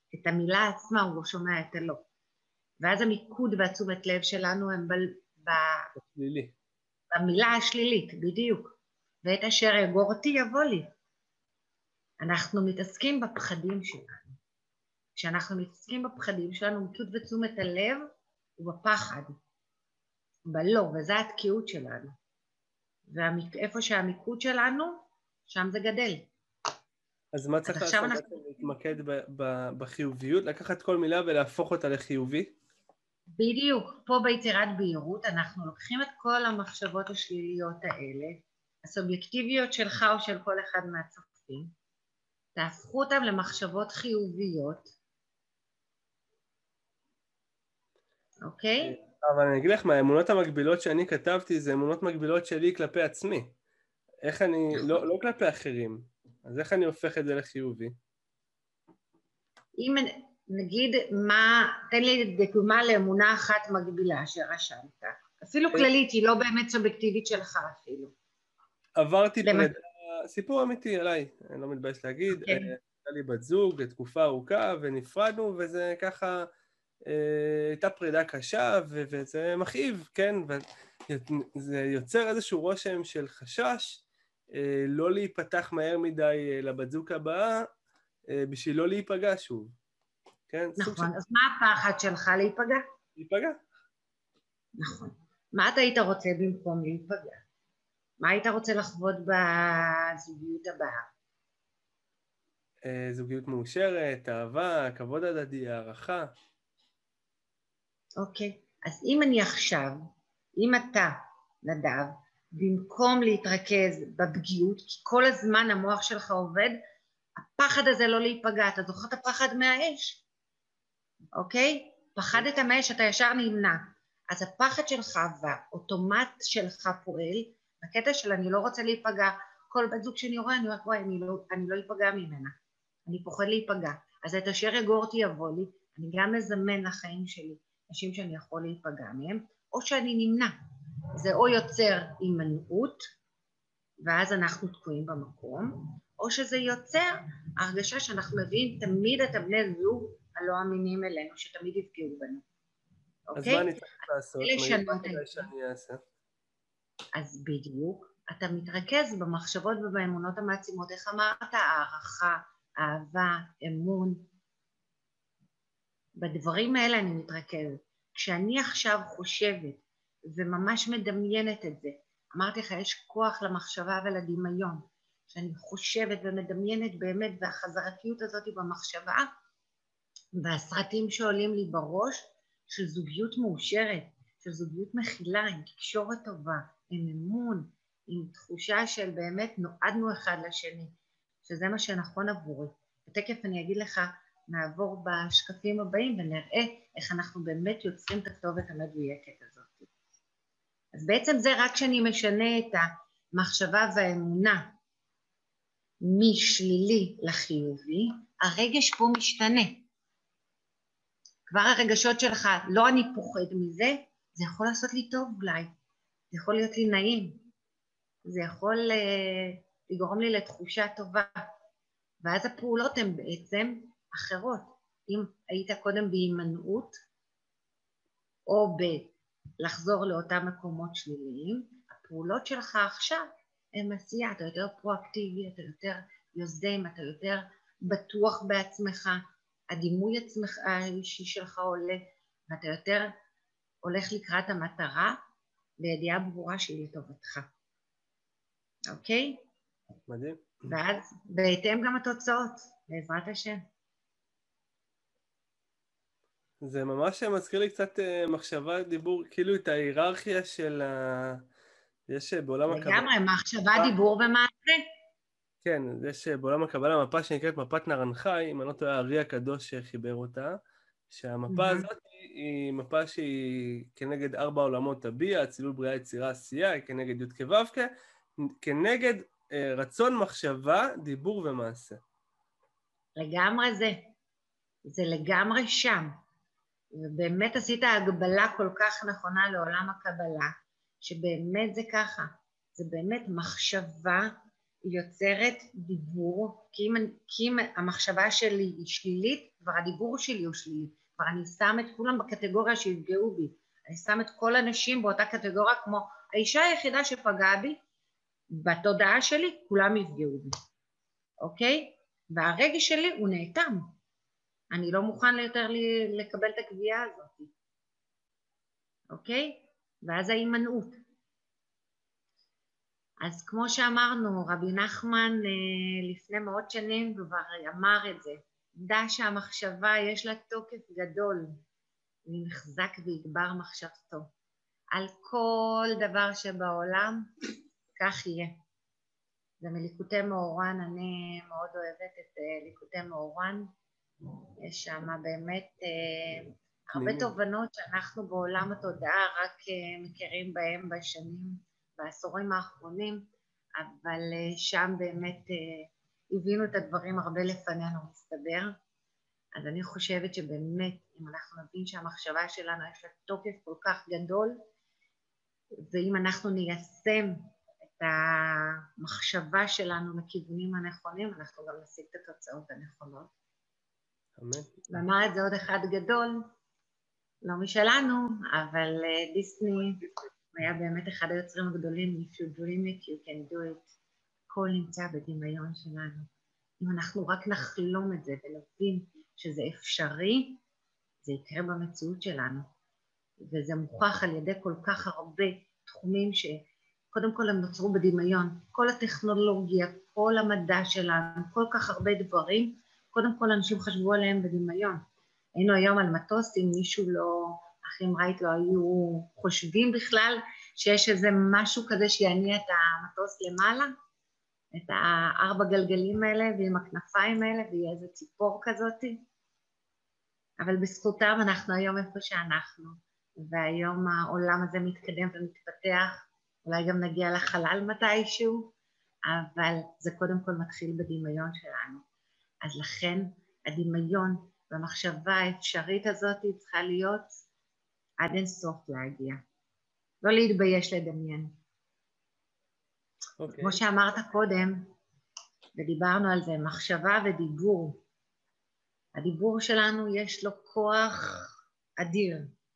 את המילה עצמה, הוא לא שומע את הלא. ואז המיקוד והתשומת לב שלנו הם ב... ב... שלילי. במילה השלילית, בדיוק. ואת אשר יגור אותי יבוא לי. אנחנו מתעסקים בפחדים שלנו. כשאנחנו מתעסקים בפחדים שלנו, מיקוד ותשומת הלב הוא בפחד. בלא, וזו התקיעות שלנו. ואיפה שהמיקוד שלנו, שם זה גדל. אז מה צריך לעשות? אנחנו... להתמקד בחיוביות, לקחת כל מילה ולהפוך אותה לחיובי? בדיוק, פה ביצירת בהירות אנחנו לוקחים את כל המחשבות השליליות האלה, הסובייקטיביות שלך או של כל אחד מהצופים, תהפכו אותם למחשבות חיוביות, אוקיי? אבל אני אגיד לך מה, האמונות המקבילות שאני כתבתי זה אמונות מקבילות שלי כלפי עצמי. איך אני, לא, לא כלפי אחרים, אז איך אני הופך את זה לחיובי? אם נגיד מה, תן לי דוגמה לאמונה אחת מקבילה שרשמת, אפילו כללית, היא לא באמת סובייקטיבית שלך אפילו. עברתי פרידה, סיפור אמיתי עליי, אני לא מתבייש להגיד, הייתה לי בת זוג לתקופה ארוכה ונפרדנו וזה ככה, הייתה פרידה קשה וזה מכאיב, כן, וזה יוצר איזשהו רושם של חשש, לא להיפתח מהר מדי לבת זוג הבאה, בשביל לא להיפגע שוב. כן? נכון, אז מה הפחד שלך להיפגע? להיפגע. נכון. מה אתה היית רוצה במקום להיפגע? מה היית רוצה לחוות בזוגיות הבאה? זוגיות מאושרת, אהבה, כבוד הדדי, הערכה. אוקיי, אז אם אני עכשיו, אם אתה, נדב, במקום להתרכז בפגיעות, כי כל הזמן המוח שלך עובד, הפחד הזה לא להיפגע, אתה זוכר את הפחד מהאש, אוקיי? פחדת מהאש, אתה ישר נמנע. אז הפחד שלך והאוטומט שלך פועל, בקטע של אני לא רוצה להיפגע, כל בת זוג שאני רואה, אני אומרת, וואי, אני לא, אני לא ייפגע ממנה, אני פוחד להיפגע. אז את אשר יגור אותי יבוא לי, אני גם מזמן לחיים שלי, אנשים שאני יכול להיפגע מהם, או שאני נמנע. זה או יוצר הימנעות, ואז אנחנו תקועים במקום, או שזה יוצר הרגשה שאנחנו מביאים תמיד את הבני זוג הלא אמינים אלינו, שתמיד יפגעו בנו. אז מה אני צריך לעשות? מה כדאי שאני אעשה? אז בדיוק, אתה מתרכז במחשבות ובאמונות המעצימות, איך אמרת? הערכה, אהבה, אמון. בדברים האלה אני מתרכזת. כשאני עכשיו חושבת וממש מדמיינת את זה, אמרתי לך, יש כוח למחשבה ולדמיון, שאני חושבת ומדמיינת באמת, והחזרתיות הזאת במחשבה, והסרטים שעולים לי בראש, של זוגיות מאושרת, של זוגיות מכילה, עם תקשורת טובה, עם אמון, עם תחושה של באמת נועדנו אחד לשני, שזה מה שנכון עבורי. ותכף אני אגיד לך, נעבור בשקפים הבאים ונראה איך אנחנו באמת יוצרים את הכתובת המדויקת הזאת. אז בעצם זה רק כשאני משנה את המחשבה והאמונה משלילי לחיובי, הרגש פה משתנה. כבר הרגשות שלך, לא אני פוחד מזה, זה יכול לעשות לי טוב אולי, זה יכול להיות לי נעים, זה יכול uh, לגרום לי לתחושה טובה, ואז הפעולות הן בעצם אחרות. אם היית קודם בהימנעות, או בלחזור לאותם מקומות שליליים, הפעולות שלך עכשיו הן עשייה, אתה יותר פרואקטיבי, אתה יותר יוזם, אתה יותר בטוח בעצמך, הדימוי עצמך, האישי שלך עולה, ואתה יותר הולך לקראת המטרה, בידיעה ברורה שהיא לטובתך. אוקיי? מדהים. ואז בהתאם גם התוצאות, בעזרת השם. זה ממש מזכיר לי קצת מחשבה, דיבור, כאילו את ההיררכיה של ה... יש בעולם הקבלה... לגמרי, מחשבה, דיבור ומעשה. כן, יש בעולם הקבלה מפה שנקראת מפת נרנחי, אם אני לא טועה, הארי הקדוש חיבר אותה, שהמפה mm-hmm. הזאת היא מפה שהיא כנגד ארבע עולמות הביע, צילול בריאה, יצירה, עשייה, היא כנגד י' כו' כנגד אה, רצון, מחשבה, דיבור ומעשה. לגמרי זה, זה לגמרי שם. ובאמת עשית הגבלה כל כך נכונה לעולם הקבלה, שבאמת זה ככה, זה באמת מחשבה היא יוצרת דיבור, כי אם, כי אם המחשבה שלי היא שלילית, כבר הדיבור שלי הוא שלילי, כבר אני שם את כולם בקטגוריה שיפגעו בי, אני שם את כל הנשים באותה קטגוריה כמו האישה היחידה שפגעה בי, בתודעה שלי כולם יפגעו בי, אוקיי? והרגש שלי הוא נאטם, אני לא מוכן יותר לי, לקבל את הקביעה הזאת, אוקיי? ואז ההימנעות. אז כמו שאמרנו, רבי נחמן לפני מאות שנים כבר אמר את זה, דע שהמחשבה יש לה תוקף גדול, והיא נחזק ויגבר מחשבתו. על כל דבר שבעולם, כך יהיה. זה מליקוטי מאורן, אני מאוד אוהבת את ליקוטי מאורן, יש שם באמת הרבה תובנות שאנחנו בעולם התודעה רק מכירים בהם בשנים, בעשורים האחרונים, אבל שם באמת הבינו את הדברים הרבה לפנינו מסתבר. אז אני חושבת שבאמת אם אנחנו נבין שהמחשבה שלנו יש לה תוקף כל כך גדול, ואם אנחנו ניישם את המחשבה שלנו לכיוונים הנכונים, אנחנו גם נשיג את התוצאות הנכונות. אמן. ואמר את זה עוד אחד גדול, לא משלנו, אבל דיסני היה באמת אחד היוצרים הגדולים, If you dream it, you can do it. הכל נמצא בדמיון שלנו. אם אנחנו רק נחלום את זה ונבין שזה אפשרי, זה יקרה במציאות שלנו. וזה מוכח על ידי כל כך הרבה תחומים שקודם כל הם נוצרו בדמיון. כל הטכנולוגיה, כל המדע שלנו, כל כך הרבה דברים, קודם כל אנשים חשבו עליהם בדמיון. היינו היום על מטוס, אם מישהו לא, אחים רייט לא היו חושבים בכלל שיש איזה משהו כזה שיניע את המטוס למעלה, את הארבע גלגלים האלה ועם הכנפיים האלה, ויהיה איזה ציפור כזאת. אבל בזכותם אנחנו היום איפה שאנחנו, והיום העולם הזה מתקדם ומתפתח, אולי גם נגיע לחלל מתישהו, אבל זה קודם כל מתחיל בדמיון שלנו. אז לכן הדמיון והמחשבה האפשרית הזאת צריכה להיות עד אין סוף להגיע. לא להתבייש לדמיין. Okay. כמו שאמרת קודם, ודיברנו על זה, מחשבה ודיבור. הדיבור שלנו יש לו כוח אדיר.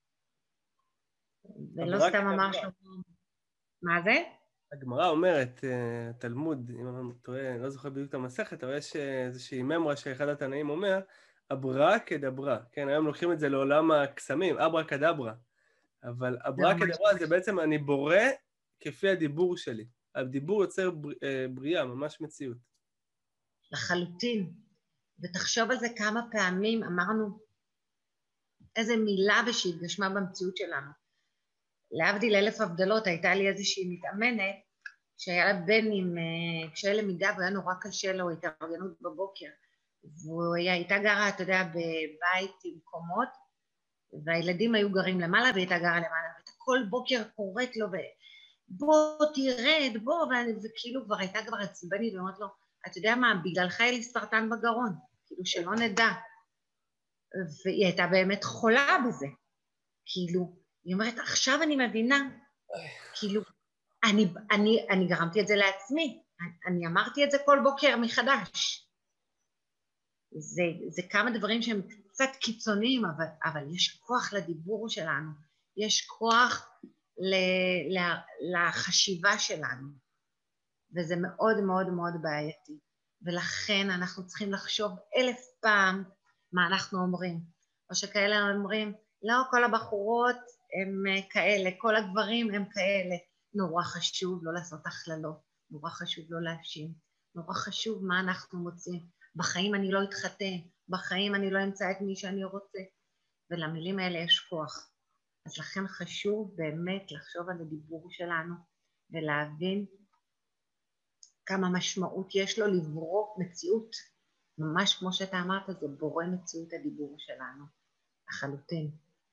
ולא סתם אמר שלנו. מה זה? הגמרא אומרת, תלמוד, אם אני לא טועה, לא זוכר בדיוק את המסכת, אבל יש איזושהי ממרה שאחד התנאים אומר, אברה כדברה. כן, היום לוקחים את זה לעולם הקסמים, אברה כדברה. אבל אברה כדברה זה בעצם אני בורא כפי הדיבור שלי. הדיבור יוצר בריאה, ממש מציאות. לחלוטין. ותחשוב על זה כמה פעמים אמרנו איזה מילה ושהתגשמה במציאות שלנו. להבדיל אלף הבדלות, הייתה לי איזושהי מתאמנת שהיה לה בן עם קשיי למידה והיה נורא קשה לו התארגנות בבוקר. והיא הייתה גרה, אתה יודע, בבית עם קומות, והילדים היו גרים למעלה והיא הייתה גרה למעלה, וכל בוקר קוראת לו, בוא תרד, בוא, וכאילו כבר הייתה כבר עצבנית, ואומרת לו, אתה יודע מה, בגללך היה לי סרטן בגרון, כאילו שלא נדע. והיא הייתה באמת חולה בזה, כאילו, היא אומרת, עכשיו אני מבינה, כאילו, אני, אני, אני גרמתי את זה לעצמי, אני, אני אמרתי את זה כל בוקר מחדש. זה, זה כמה דברים שהם קצת קיצוניים, אבל, אבל יש כוח לדיבור שלנו, יש כוח ל, ל, לחשיבה שלנו, וזה מאוד מאוד מאוד בעייתי, ולכן אנחנו צריכים לחשוב אלף פעם מה אנחנו אומרים, או שכאלה אומרים, לא, כל הבחורות הם כאלה, כל הגברים הם כאלה, נורא חשוב לא לעשות הכללות, נורא חשוב לא להאשים, נורא חשוב מה אנחנו מוצאים, בחיים אני לא אתחתן, בחיים אני לא אמצא את מי שאני רוצה, ולמילים האלה יש כוח. אז לכן חשוב באמת לחשוב על הדיבור שלנו, ולהבין כמה משמעות יש לו לברוא מציאות, ממש כמו שאתה אמרת, זה בורא מציאות הדיבור שלנו, לחלוטין.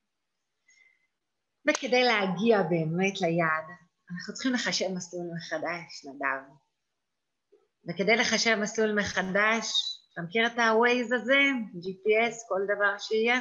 וכדי להגיע באמת ליעד, אנחנו צריכים לחשב מסלול מחדש, נדב. וכדי לחשב מסלול מחדש, אתה מכיר את ה-Waze הזה, ג'י פי אס, כל דבר שיהיה?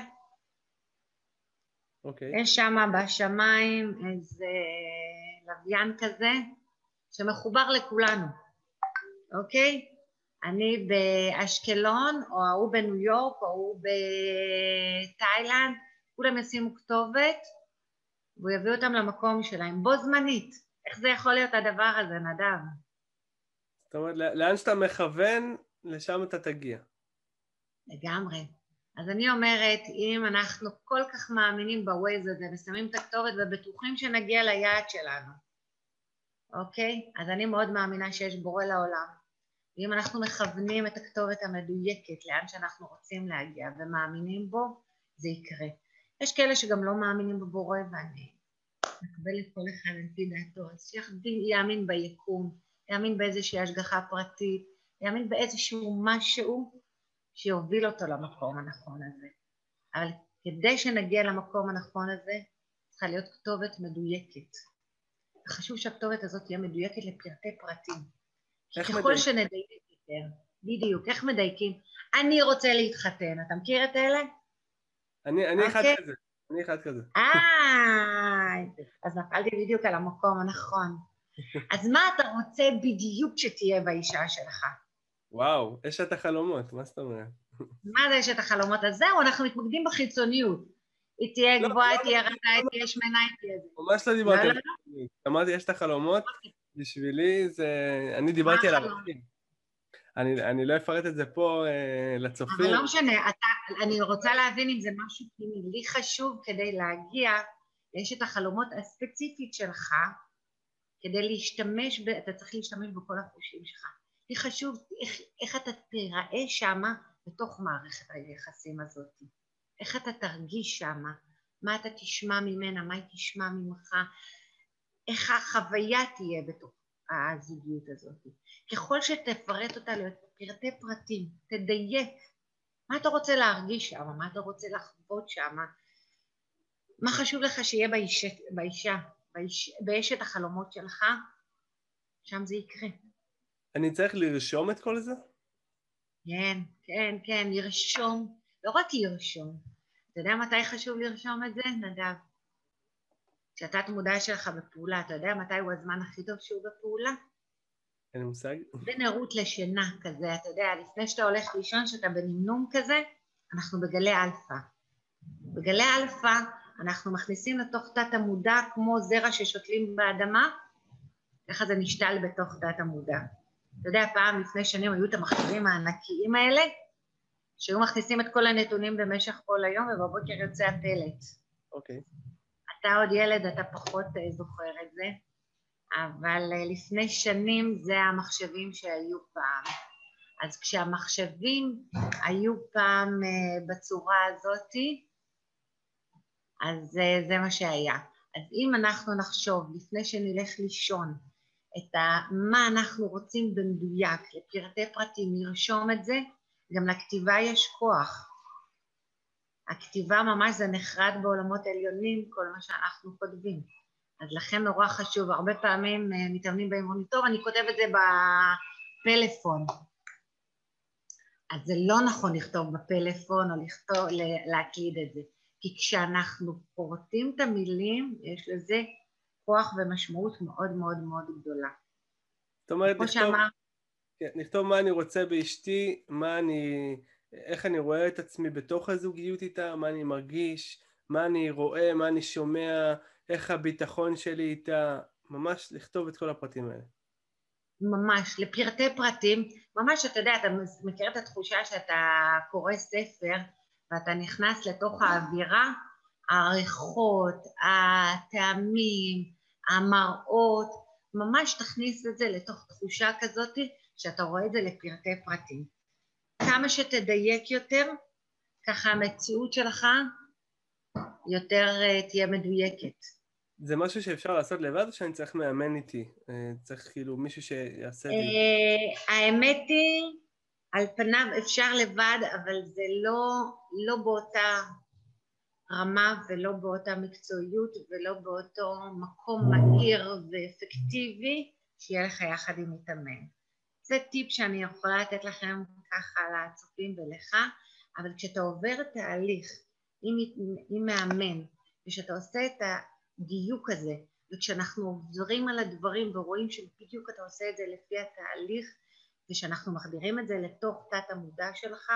אוקיי. יש שם בשמיים איזה לוויין כזה, שמחובר לכולנו. אוקיי? אני באשקלון, או ההוא בניו יורק, או ההוא בתאילנד, כולם ישימו כתובת, והוא יביא אותם למקום שלהם, בו זמנית. איך זה יכול להיות הדבר הזה, נדב? זאת אומרת, לאן שאתה מכוון, לשם אתה תגיע. לגמרי. אז אני אומרת, אם אנחנו כל כך מאמינים בווייז הזה, ושמים את הכתובת ובטוחים שנגיע ליעד שלנו, אוקיי? אז אני מאוד מאמינה שיש בורא לעולם. ואם אנחנו מכוונים את הכתובת המדויקת לאן שאנחנו רוצים להגיע ומאמינים בו, זה יקרה. יש כאלה שגם לא מאמינים בבורא, ואני מקבלת כל אחד על פי דעתו, אז שיאמין ביקום, יאמין באיזושהי השגחה פרטית, יאמין באיזשהו משהו שיוביל אותו למקום הנכון הזה. אבל כדי שנגיע למקום הנכון הזה, צריכה להיות כתובת מדויקת. חשוב שהכתובת הזאת תהיה מדויקת לפרטי פרטים. ככל מדייק? שנדייק יותר, בדיוק, איך מדייקים? אני רוצה להתחתן, אתה מכיר את אלה? אני, אני אחד כזה, אני אחד כזה. אה, אז נפלתי בדיוק על המקום הנכון. אז מה אתה רוצה בדיוק שתהיה באישה שלך? וואו, אשת החלומות, מה זאת אומרת? מה זה אשת החלומות? אז זהו, אנחנו מתמקדים בחיצוניות. היא תהיה גבוהה, היא תהיה רזה, היא תהיה שמנה, היא תהיה זה. ממש לא דיברתי על חיצוניות. אמרתי, יש את החלומות, בשבילי זה... אני דיברתי על ערכים. אני לא אפרט את זה פה לצופים. אבל לא משנה, אני רוצה להבין אם זה משהו לי חשוב כדי להגיע לאשת החלומות הספציפית שלך, כדי להשתמש, אתה צריך להשתמש בכל החושים שלך. לי חשוב איך אתה תיראה שמה בתוך מערכת היחסים הזאת. איך אתה תרגיש שמה, מה אתה תשמע ממנה, מה היא תשמע ממך, איך החוויה תהיה בתוך הזוגיות הזאת. ככל שתפרט אותה לפרטי פרטים, תדייק, מה אתה רוצה להרגיש שם, מה אתה רוצה לחוות שם, מה חשוב לך שיהיה באישה, באישה, באיש, באשת החלומות שלך, שם זה יקרה. אני צריך לרשום את כל זה? כן, כן, כן, לרשום, לא רק לרשום. אתה יודע מתי חשוב לרשום את זה, נדב? כשאתה תמודע שלך בפעולה, אתה יודע מתי הוא הזמן הכי טוב שהוא בפעולה? אין מושג. בין ערות לשינה כזה, אתה יודע, לפני שאתה הולך לישון, שאתה בנמנום כזה, אנחנו בגלי אלפא. בגלי אלפא אנחנו מכניסים לתוך תת המודע כמו זרע ששותלים באדמה, ככה זה נשתל בתוך תת המודע. אתה יודע, פעם לפני שנים היו את המחשבים הענקיים האלה, שהיו מכניסים את כל הנתונים במשך כל היום, ובבוקר יוצא הפלט. אוקיי. אתה עוד ילד, אתה פחות זוכר את זה, אבל לפני שנים זה המחשבים שהיו פעם. אז כשהמחשבים היו פעם בצורה הזאת, אז זה מה שהיה. אז אם אנחנו נחשוב לפני שנלך לישון, את מה אנחנו רוצים במדויק, לפרטי פרטים, נרשום את זה, גם לכתיבה יש כוח. הכתיבה ממש זה נחרד בעולמות עליונים, כל מה שאנחנו כותבים. אז לכן נורא חשוב, הרבה פעמים מתאמנים באמונים, טוב, אני כותב את זה בפלאפון. אז זה לא נכון לכתוב בפלאפון או לכתוב, להקליד את זה. כי כשאנחנו פורטים את המילים, יש לזה כוח ומשמעות מאוד מאוד מאוד גדולה. זאת אומרת, לכתוב, שאמר... לכתוב מה אני רוצה באשתי, מה אני, איך אני רואה את עצמי בתוך הזוגיות איתה, מה אני מרגיש, מה אני רואה, מה אני שומע, איך הביטחון שלי איתה, ממש לכתוב את כל הפרטים האלה. ממש, לפרטי פרטים, ממש אתה יודע, אתה מכיר את התחושה שאתה קורא ספר, ואתה נכנס לתוך האווירה, העריכות, הטעמים, המראות, ממש תכניס את זה לתוך תחושה כזאת, שאתה רואה את זה לפרטי פרטים. כמה שתדייק יותר, ככה המציאות שלך יותר תהיה מדויקת. זה משהו שאפשר לעשות לבד או שאני צריך מאמן איתי? צריך כאילו מישהו שיעשה את זה? האמת היא, על פניו אפשר לבד, אבל זה לא, לא באותה רמה ולא באותה מקצועיות ולא באותו מקום מהיר ואפקטיבי שיהיה לך יחד עם מתאמן. זה טיפ שאני יכולה לתת לכם ככה לצופים ולך, אבל כשאתה עובר תהליך עם, עם מאמן ושאתה עושה את הדיוק הזה, וכשאנחנו עוברים על הדברים ורואים שבדיוק אתה עושה את זה לפי התהליך, ושאנחנו מחדירים את זה לתוך תת המודע שלך,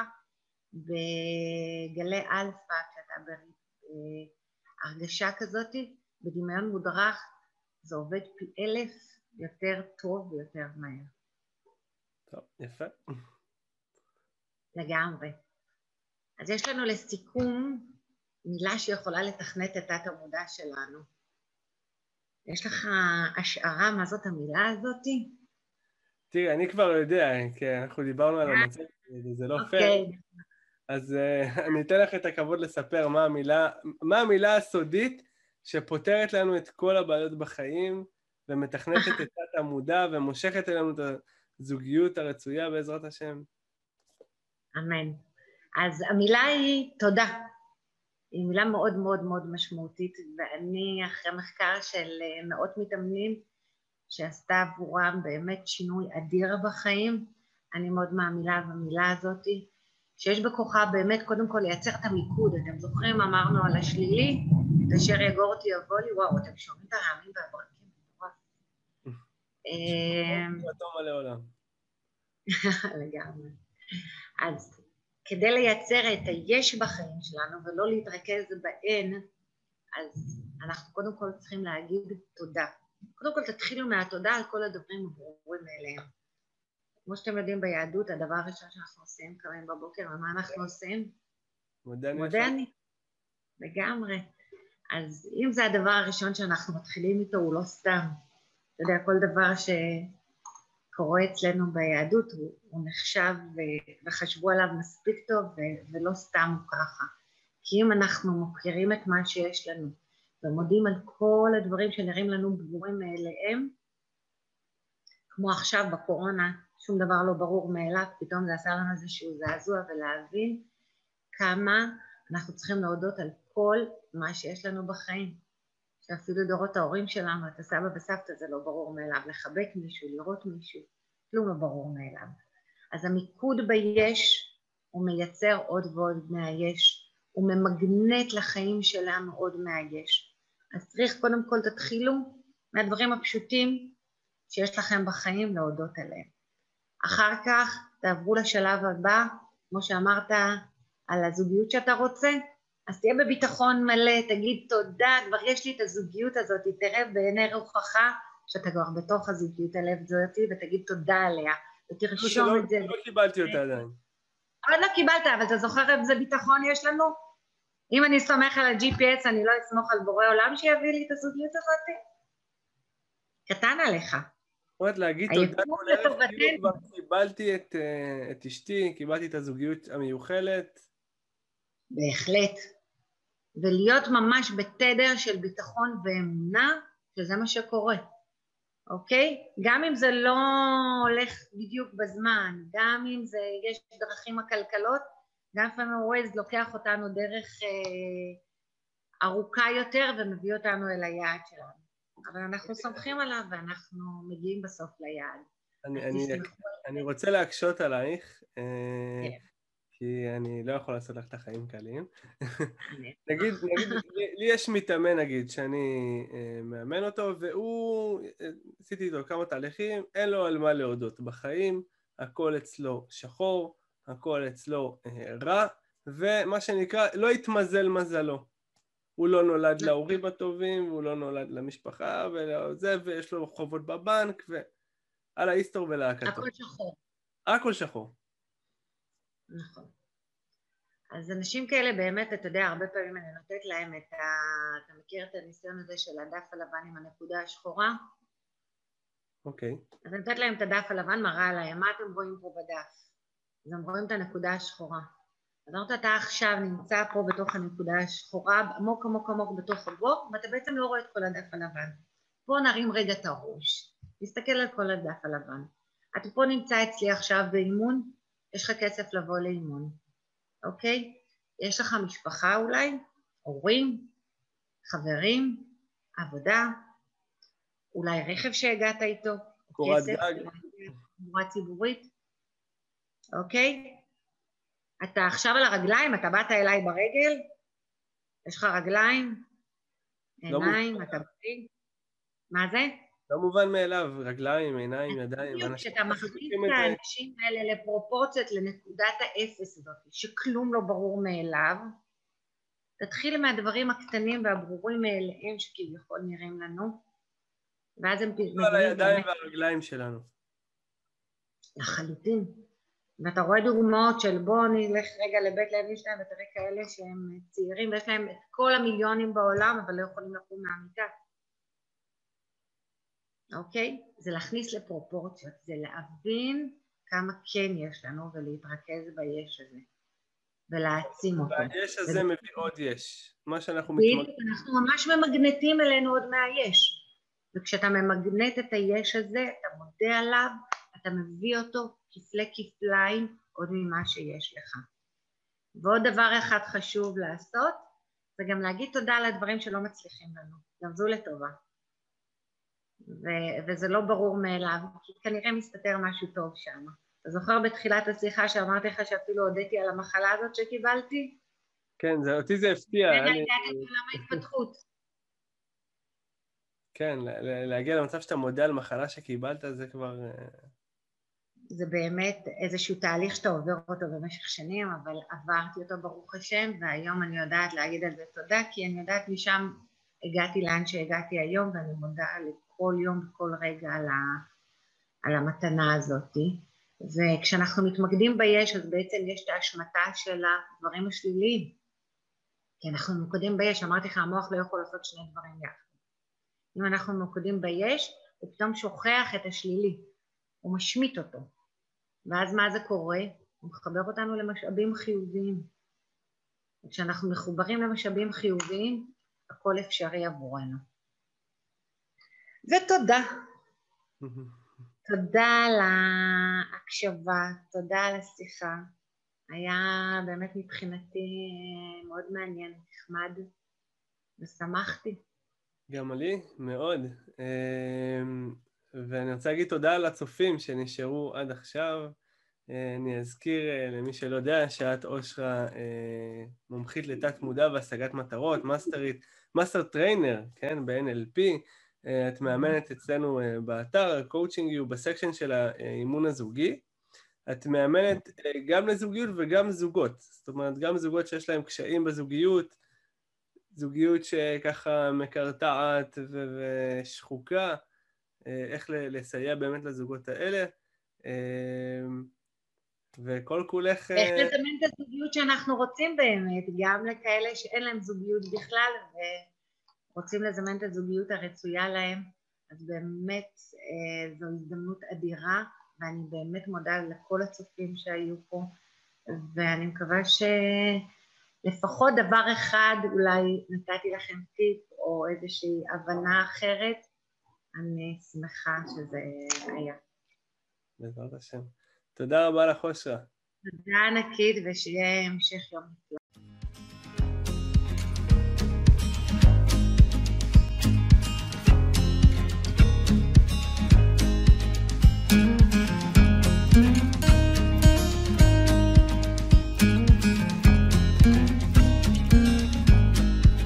בגלי אלפא, כשאתה בהרגשה כזאת, בדמיון מודרך, זה עובד פי אלף יותר טוב ויותר מהר. טוב, יפה. לגמרי. אז יש לנו לסיכום מילה שיכולה לתכנת את תת המודע שלנו. יש לך השערה מה זאת המילה הזאת? תראי, אני כבר יודע, כי אנחנו דיברנו על המצב, זה לא פייר. אז uh, אני אתן לך את הכבוד לספר מה המילה, מה המילה הסודית שפותרת לנו את כל הבעיות בחיים, ומתכנתת את תת המודע, ומושכת אלינו את הזוגיות הרצויה בעזרת השם. אמן. אז המילה היא תודה. היא מילה מאוד מאוד מאוד משמעותית, ואני אחרי מחקר של מאות מתאמנים, שעשתה עבורם באמת שינוי אדיר בחיים, אני מאוד מאמינה במילה הזאת, שיש בכוחה באמת קודם כל לייצר את המיקוד. אתם זוכרים, אמרנו על השלילי, את אשר יגור אותי יבוא לי, וואו, אתם שומעים את הרעמים והברקים, נורא. טוב לעולם. לגמרי. אז כדי לייצר את היש בחיים שלנו ולא להתרכז בהן, אז אנחנו קודם כל צריכים להגיד תודה. קודם כל תתחילו מהתודה על כל הדברים הברורים מאליהם. כמו שאתם יודעים ביהדות, הדבר הראשון שאנחנו עושים קמים בבוקר, ומה אנחנו עושים? מודה אני. מודה אני. לגמרי. אז אם זה הדבר הראשון שאנחנו מתחילים איתו, הוא לא סתם. אתה יודע, כל דבר שקורה אצלנו ביהדות, הוא, הוא נחשב וחשבו עליו מספיק טוב, ולא סתם הוא ככה. כי אם אנחנו מוכירים את מה שיש לנו, ומודים על כל הדברים שנראים לנו ברורים מאליהם, כמו עכשיו בקורונה, שום דבר לא ברור מאליו, פתאום זה עשה לנו איזשהו זעזוע, ולהבין כמה אנחנו צריכים להודות על כל מה שיש לנו בחיים. שאפילו דורות ההורים שלנו, את הסבא וסבתא, זה לא ברור מאליו, לחבק מישהו, לראות מישהו, כלום לא ברור מאליו. אז המיקוד ביש, הוא מייצר עוד ועוד מהיש, הוא ממגנט לחיים שלנו עוד מהיש. אז צריך קודם כל תתחילו מהדברים הפשוטים שיש לכם בחיים להודות עליהם. אחר כך תעברו לשלב הבא, כמו שאמרת על הזוגיות שאתה רוצה, אז תהיה בביטחון מלא, תגיד תודה, כבר יש לי את הזוגיות הזאת, תראה בעיני רוחך שאתה כבר בתוך הזוגיות הלב הזאת, ותגיד תודה עליה, ותרשום את זה. לא קיבלתי אותה עדיין. עוד לא קיבלת, אבל אתה זוכר איזה ביטחון יש לנו? אם אני סומך על ה-ג'י פי אס, אני לא אסמוך על בורא עולם שיביא לי את הזוגיות הזאת? קטן עליך. זאת אומרת, להגיד תודה כל ערב, כאילו כבר קיבלתי את, את אשתי, קיבלתי את הזוגיות המיוחלת. בהחלט. ולהיות ממש בתדר של ביטחון ואמונה, שזה מה שקורה. אוקיי? גם אם זה לא הולך בדיוק בזמן, גם אם זה, יש דרכים עקלקלות, גם פעמים ווייז לוקח אותנו דרך אה, ארוכה יותר ומביא אותנו אל היעד שלנו. אבל אנחנו סומכים עליו ואנחנו מגיעים בסוף ליעד. אני, אני, אני רוצה להקשות עלייך, אה, כן. כי אני לא יכול לעשות לך את החיים קלים. נגיד, נגיד, לי, לי יש מתאמן נגיד שאני אה, מאמן אותו, והוא, אה, עשיתי איתו כמה תהליכים, אין לו על מה להודות בחיים, הכל אצלו שחור, הכל אצלו אה, רע, ומה שנקרא, לא יתמזל מזלו. הוא לא נולד להורים הטובים, הוא לא נולד למשפחה, וזה, ויש לו חובות בבנק, ועל ההיסטור ולהקתו. הכל שחור. הכל שחור. נכון. אז אנשים כאלה באמת, אתה יודע, הרבה פעמים אני נותנת להם את ה... אתה מכיר את הניסיון הזה של הדף הלבן עם הנקודה השחורה? אוקיי. אז אני נותנת להם את הדף הלבן, מראה עליהם, מה אתם רואים פה בדף? אז הם רואים את הנקודה השחורה. אז אומרת, אתה עכשיו נמצא פה בתוך הנקודה השחורה, עמוק עמוק עמוק בתוך הבור, ואתה בעצם לא רואה את כל הדף הלבן. בוא נרים רגע את הראש, תסתכל על כל הדף הלבן. אתה פה נמצא אצלי עכשיו באימון, יש לך כסף לבוא לאימון, אוקיי? יש לך משפחה אולי, הורים, חברים, עבודה, אולי רכב שהגעת איתו, קורת כסף, גג. תחבורה ציבורית, אוקיי? אתה עכשיו על הרגליים, אתה באת אליי ברגל, יש לך רגליים, עיניים, אתה באים, מה זה? לא מובן מאליו, רגליים, עיניים, ידיים, בדיוק, ואנשים כשאתה פשוט מכניס עושים את את זה. האנשים האלה לפרופורציות, לנקודת האפס הזאת, שכלום לא ברור מאליו, תתחיל מהדברים הקטנים והברורים מאליהם שכביכול נראים לנו, ואז הם לא על מביאים הידיים באמת והרגליים שלנו. לחלוטין. ואתה רואה דוגמאות של בוא נלך רגע לבית לוינשטיין ותראה כאלה שהם צעירים ויש להם את כל המיליונים בעולם אבל לא יכולים לקום מהמיטה. אוקיי? זה להכניס לפרופורציות, זה להבין כמה כן יש לנו ולהתרכז ביש הזה ולהעצים אותו. והיש הזה וזה... מביא עוד יש. מה שאנחנו בדיוק, מתמקדים. אנחנו ממש ממגנטים אלינו עוד מהיש. וכשאתה ממגנט את היש הזה, אתה מודה עליו, אתה מביא אותו כפלי כפליים עוד ממה שיש לך. ועוד דבר אחד חשוב לעשות, זה גם להגיד תודה על הדברים שלא מצליחים לנו. גם זו לטובה. ו- וזה לא ברור מאליו, כי כנראה מסתתר משהו טוב שם. אתה זוכר בתחילת השיחה שאמרתי לך שאפילו הודיתי על המחלה הזאת שקיבלתי? כן, זה, אותי זה הפתיע. רגע, אני... הגעתי לעולם ההתפתחות. כן, להגיע למצב שאתה מודה על מחלה שקיבלת, זה כבר... זה באמת איזשהו תהליך שאתה עובר אותו במשך שנים, אבל עברתי אותו ברוך השם, והיום אני יודעת להגיד על זה תודה, כי אני יודעת משם הגעתי לאן שהגעתי היום, ואני מודה לכל יום וכל רגע על, ה, על המתנה הזאת. וכשאנחנו מתמקדים ביש, אז בעצם יש את ההשמטה של הדברים השליליים. כי אנחנו ממוקדים ביש, אמרתי לך, המוח לא יכול לעשות שני דברים יחד. אם אנחנו ממוקדים ביש, הוא פתאום שוכח את השלילי, הוא משמיט אותו. ואז מה זה קורה? הוא מחבר אותנו למשאבים חיוביים. וכשאנחנו מחוברים למשאבים חיוביים, הכל אפשרי עבורנו. ותודה. תודה על ההקשבה, תודה על השיחה. היה באמת מבחינתי מאוד מעניין, נחמד, ושמחתי. גם לי, מאוד. ואני רוצה להגיד תודה לצופים שנשארו עד עכשיו. אני אזכיר למי שלא יודע שאת אושרה מומחית לתת מודע והשגת מטרות, מאסטרית, מאסטר טריינר, כן, ב-אן אל פי. את מאמנת אצלנו באתר, קואוצ'ינג יו, בסקשן של האימון הזוגי. את מאמנת גם לזוגיות וגם זוגות. זאת אומרת, גם זוגות שיש להם קשיים בזוגיות, זוגיות שככה מקרטעת ושחוקה, איך לסייע באמת לזוגות האלה. וכל כולך... ואיך לזמן את הזוגיות שאנחנו רוצים באמת, גם לכאלה שאין להם זוגיות בכלל, ורוצים לזמן את הזוגיות הרצויה להם, אז באמת זו הזדמנות אדירה, ואני באמת מודה לכל הצופים שהיו פה, ואני מקווה שלפחות דבר אחד אולי נתתי לכם טיפ, או איזושהי הבנה אחרת, אני שמחה שזה היה. בעזרת השם. תודה רבה לך, אושרה. תודה ענקית, ושיהיה המשך יום נפלא.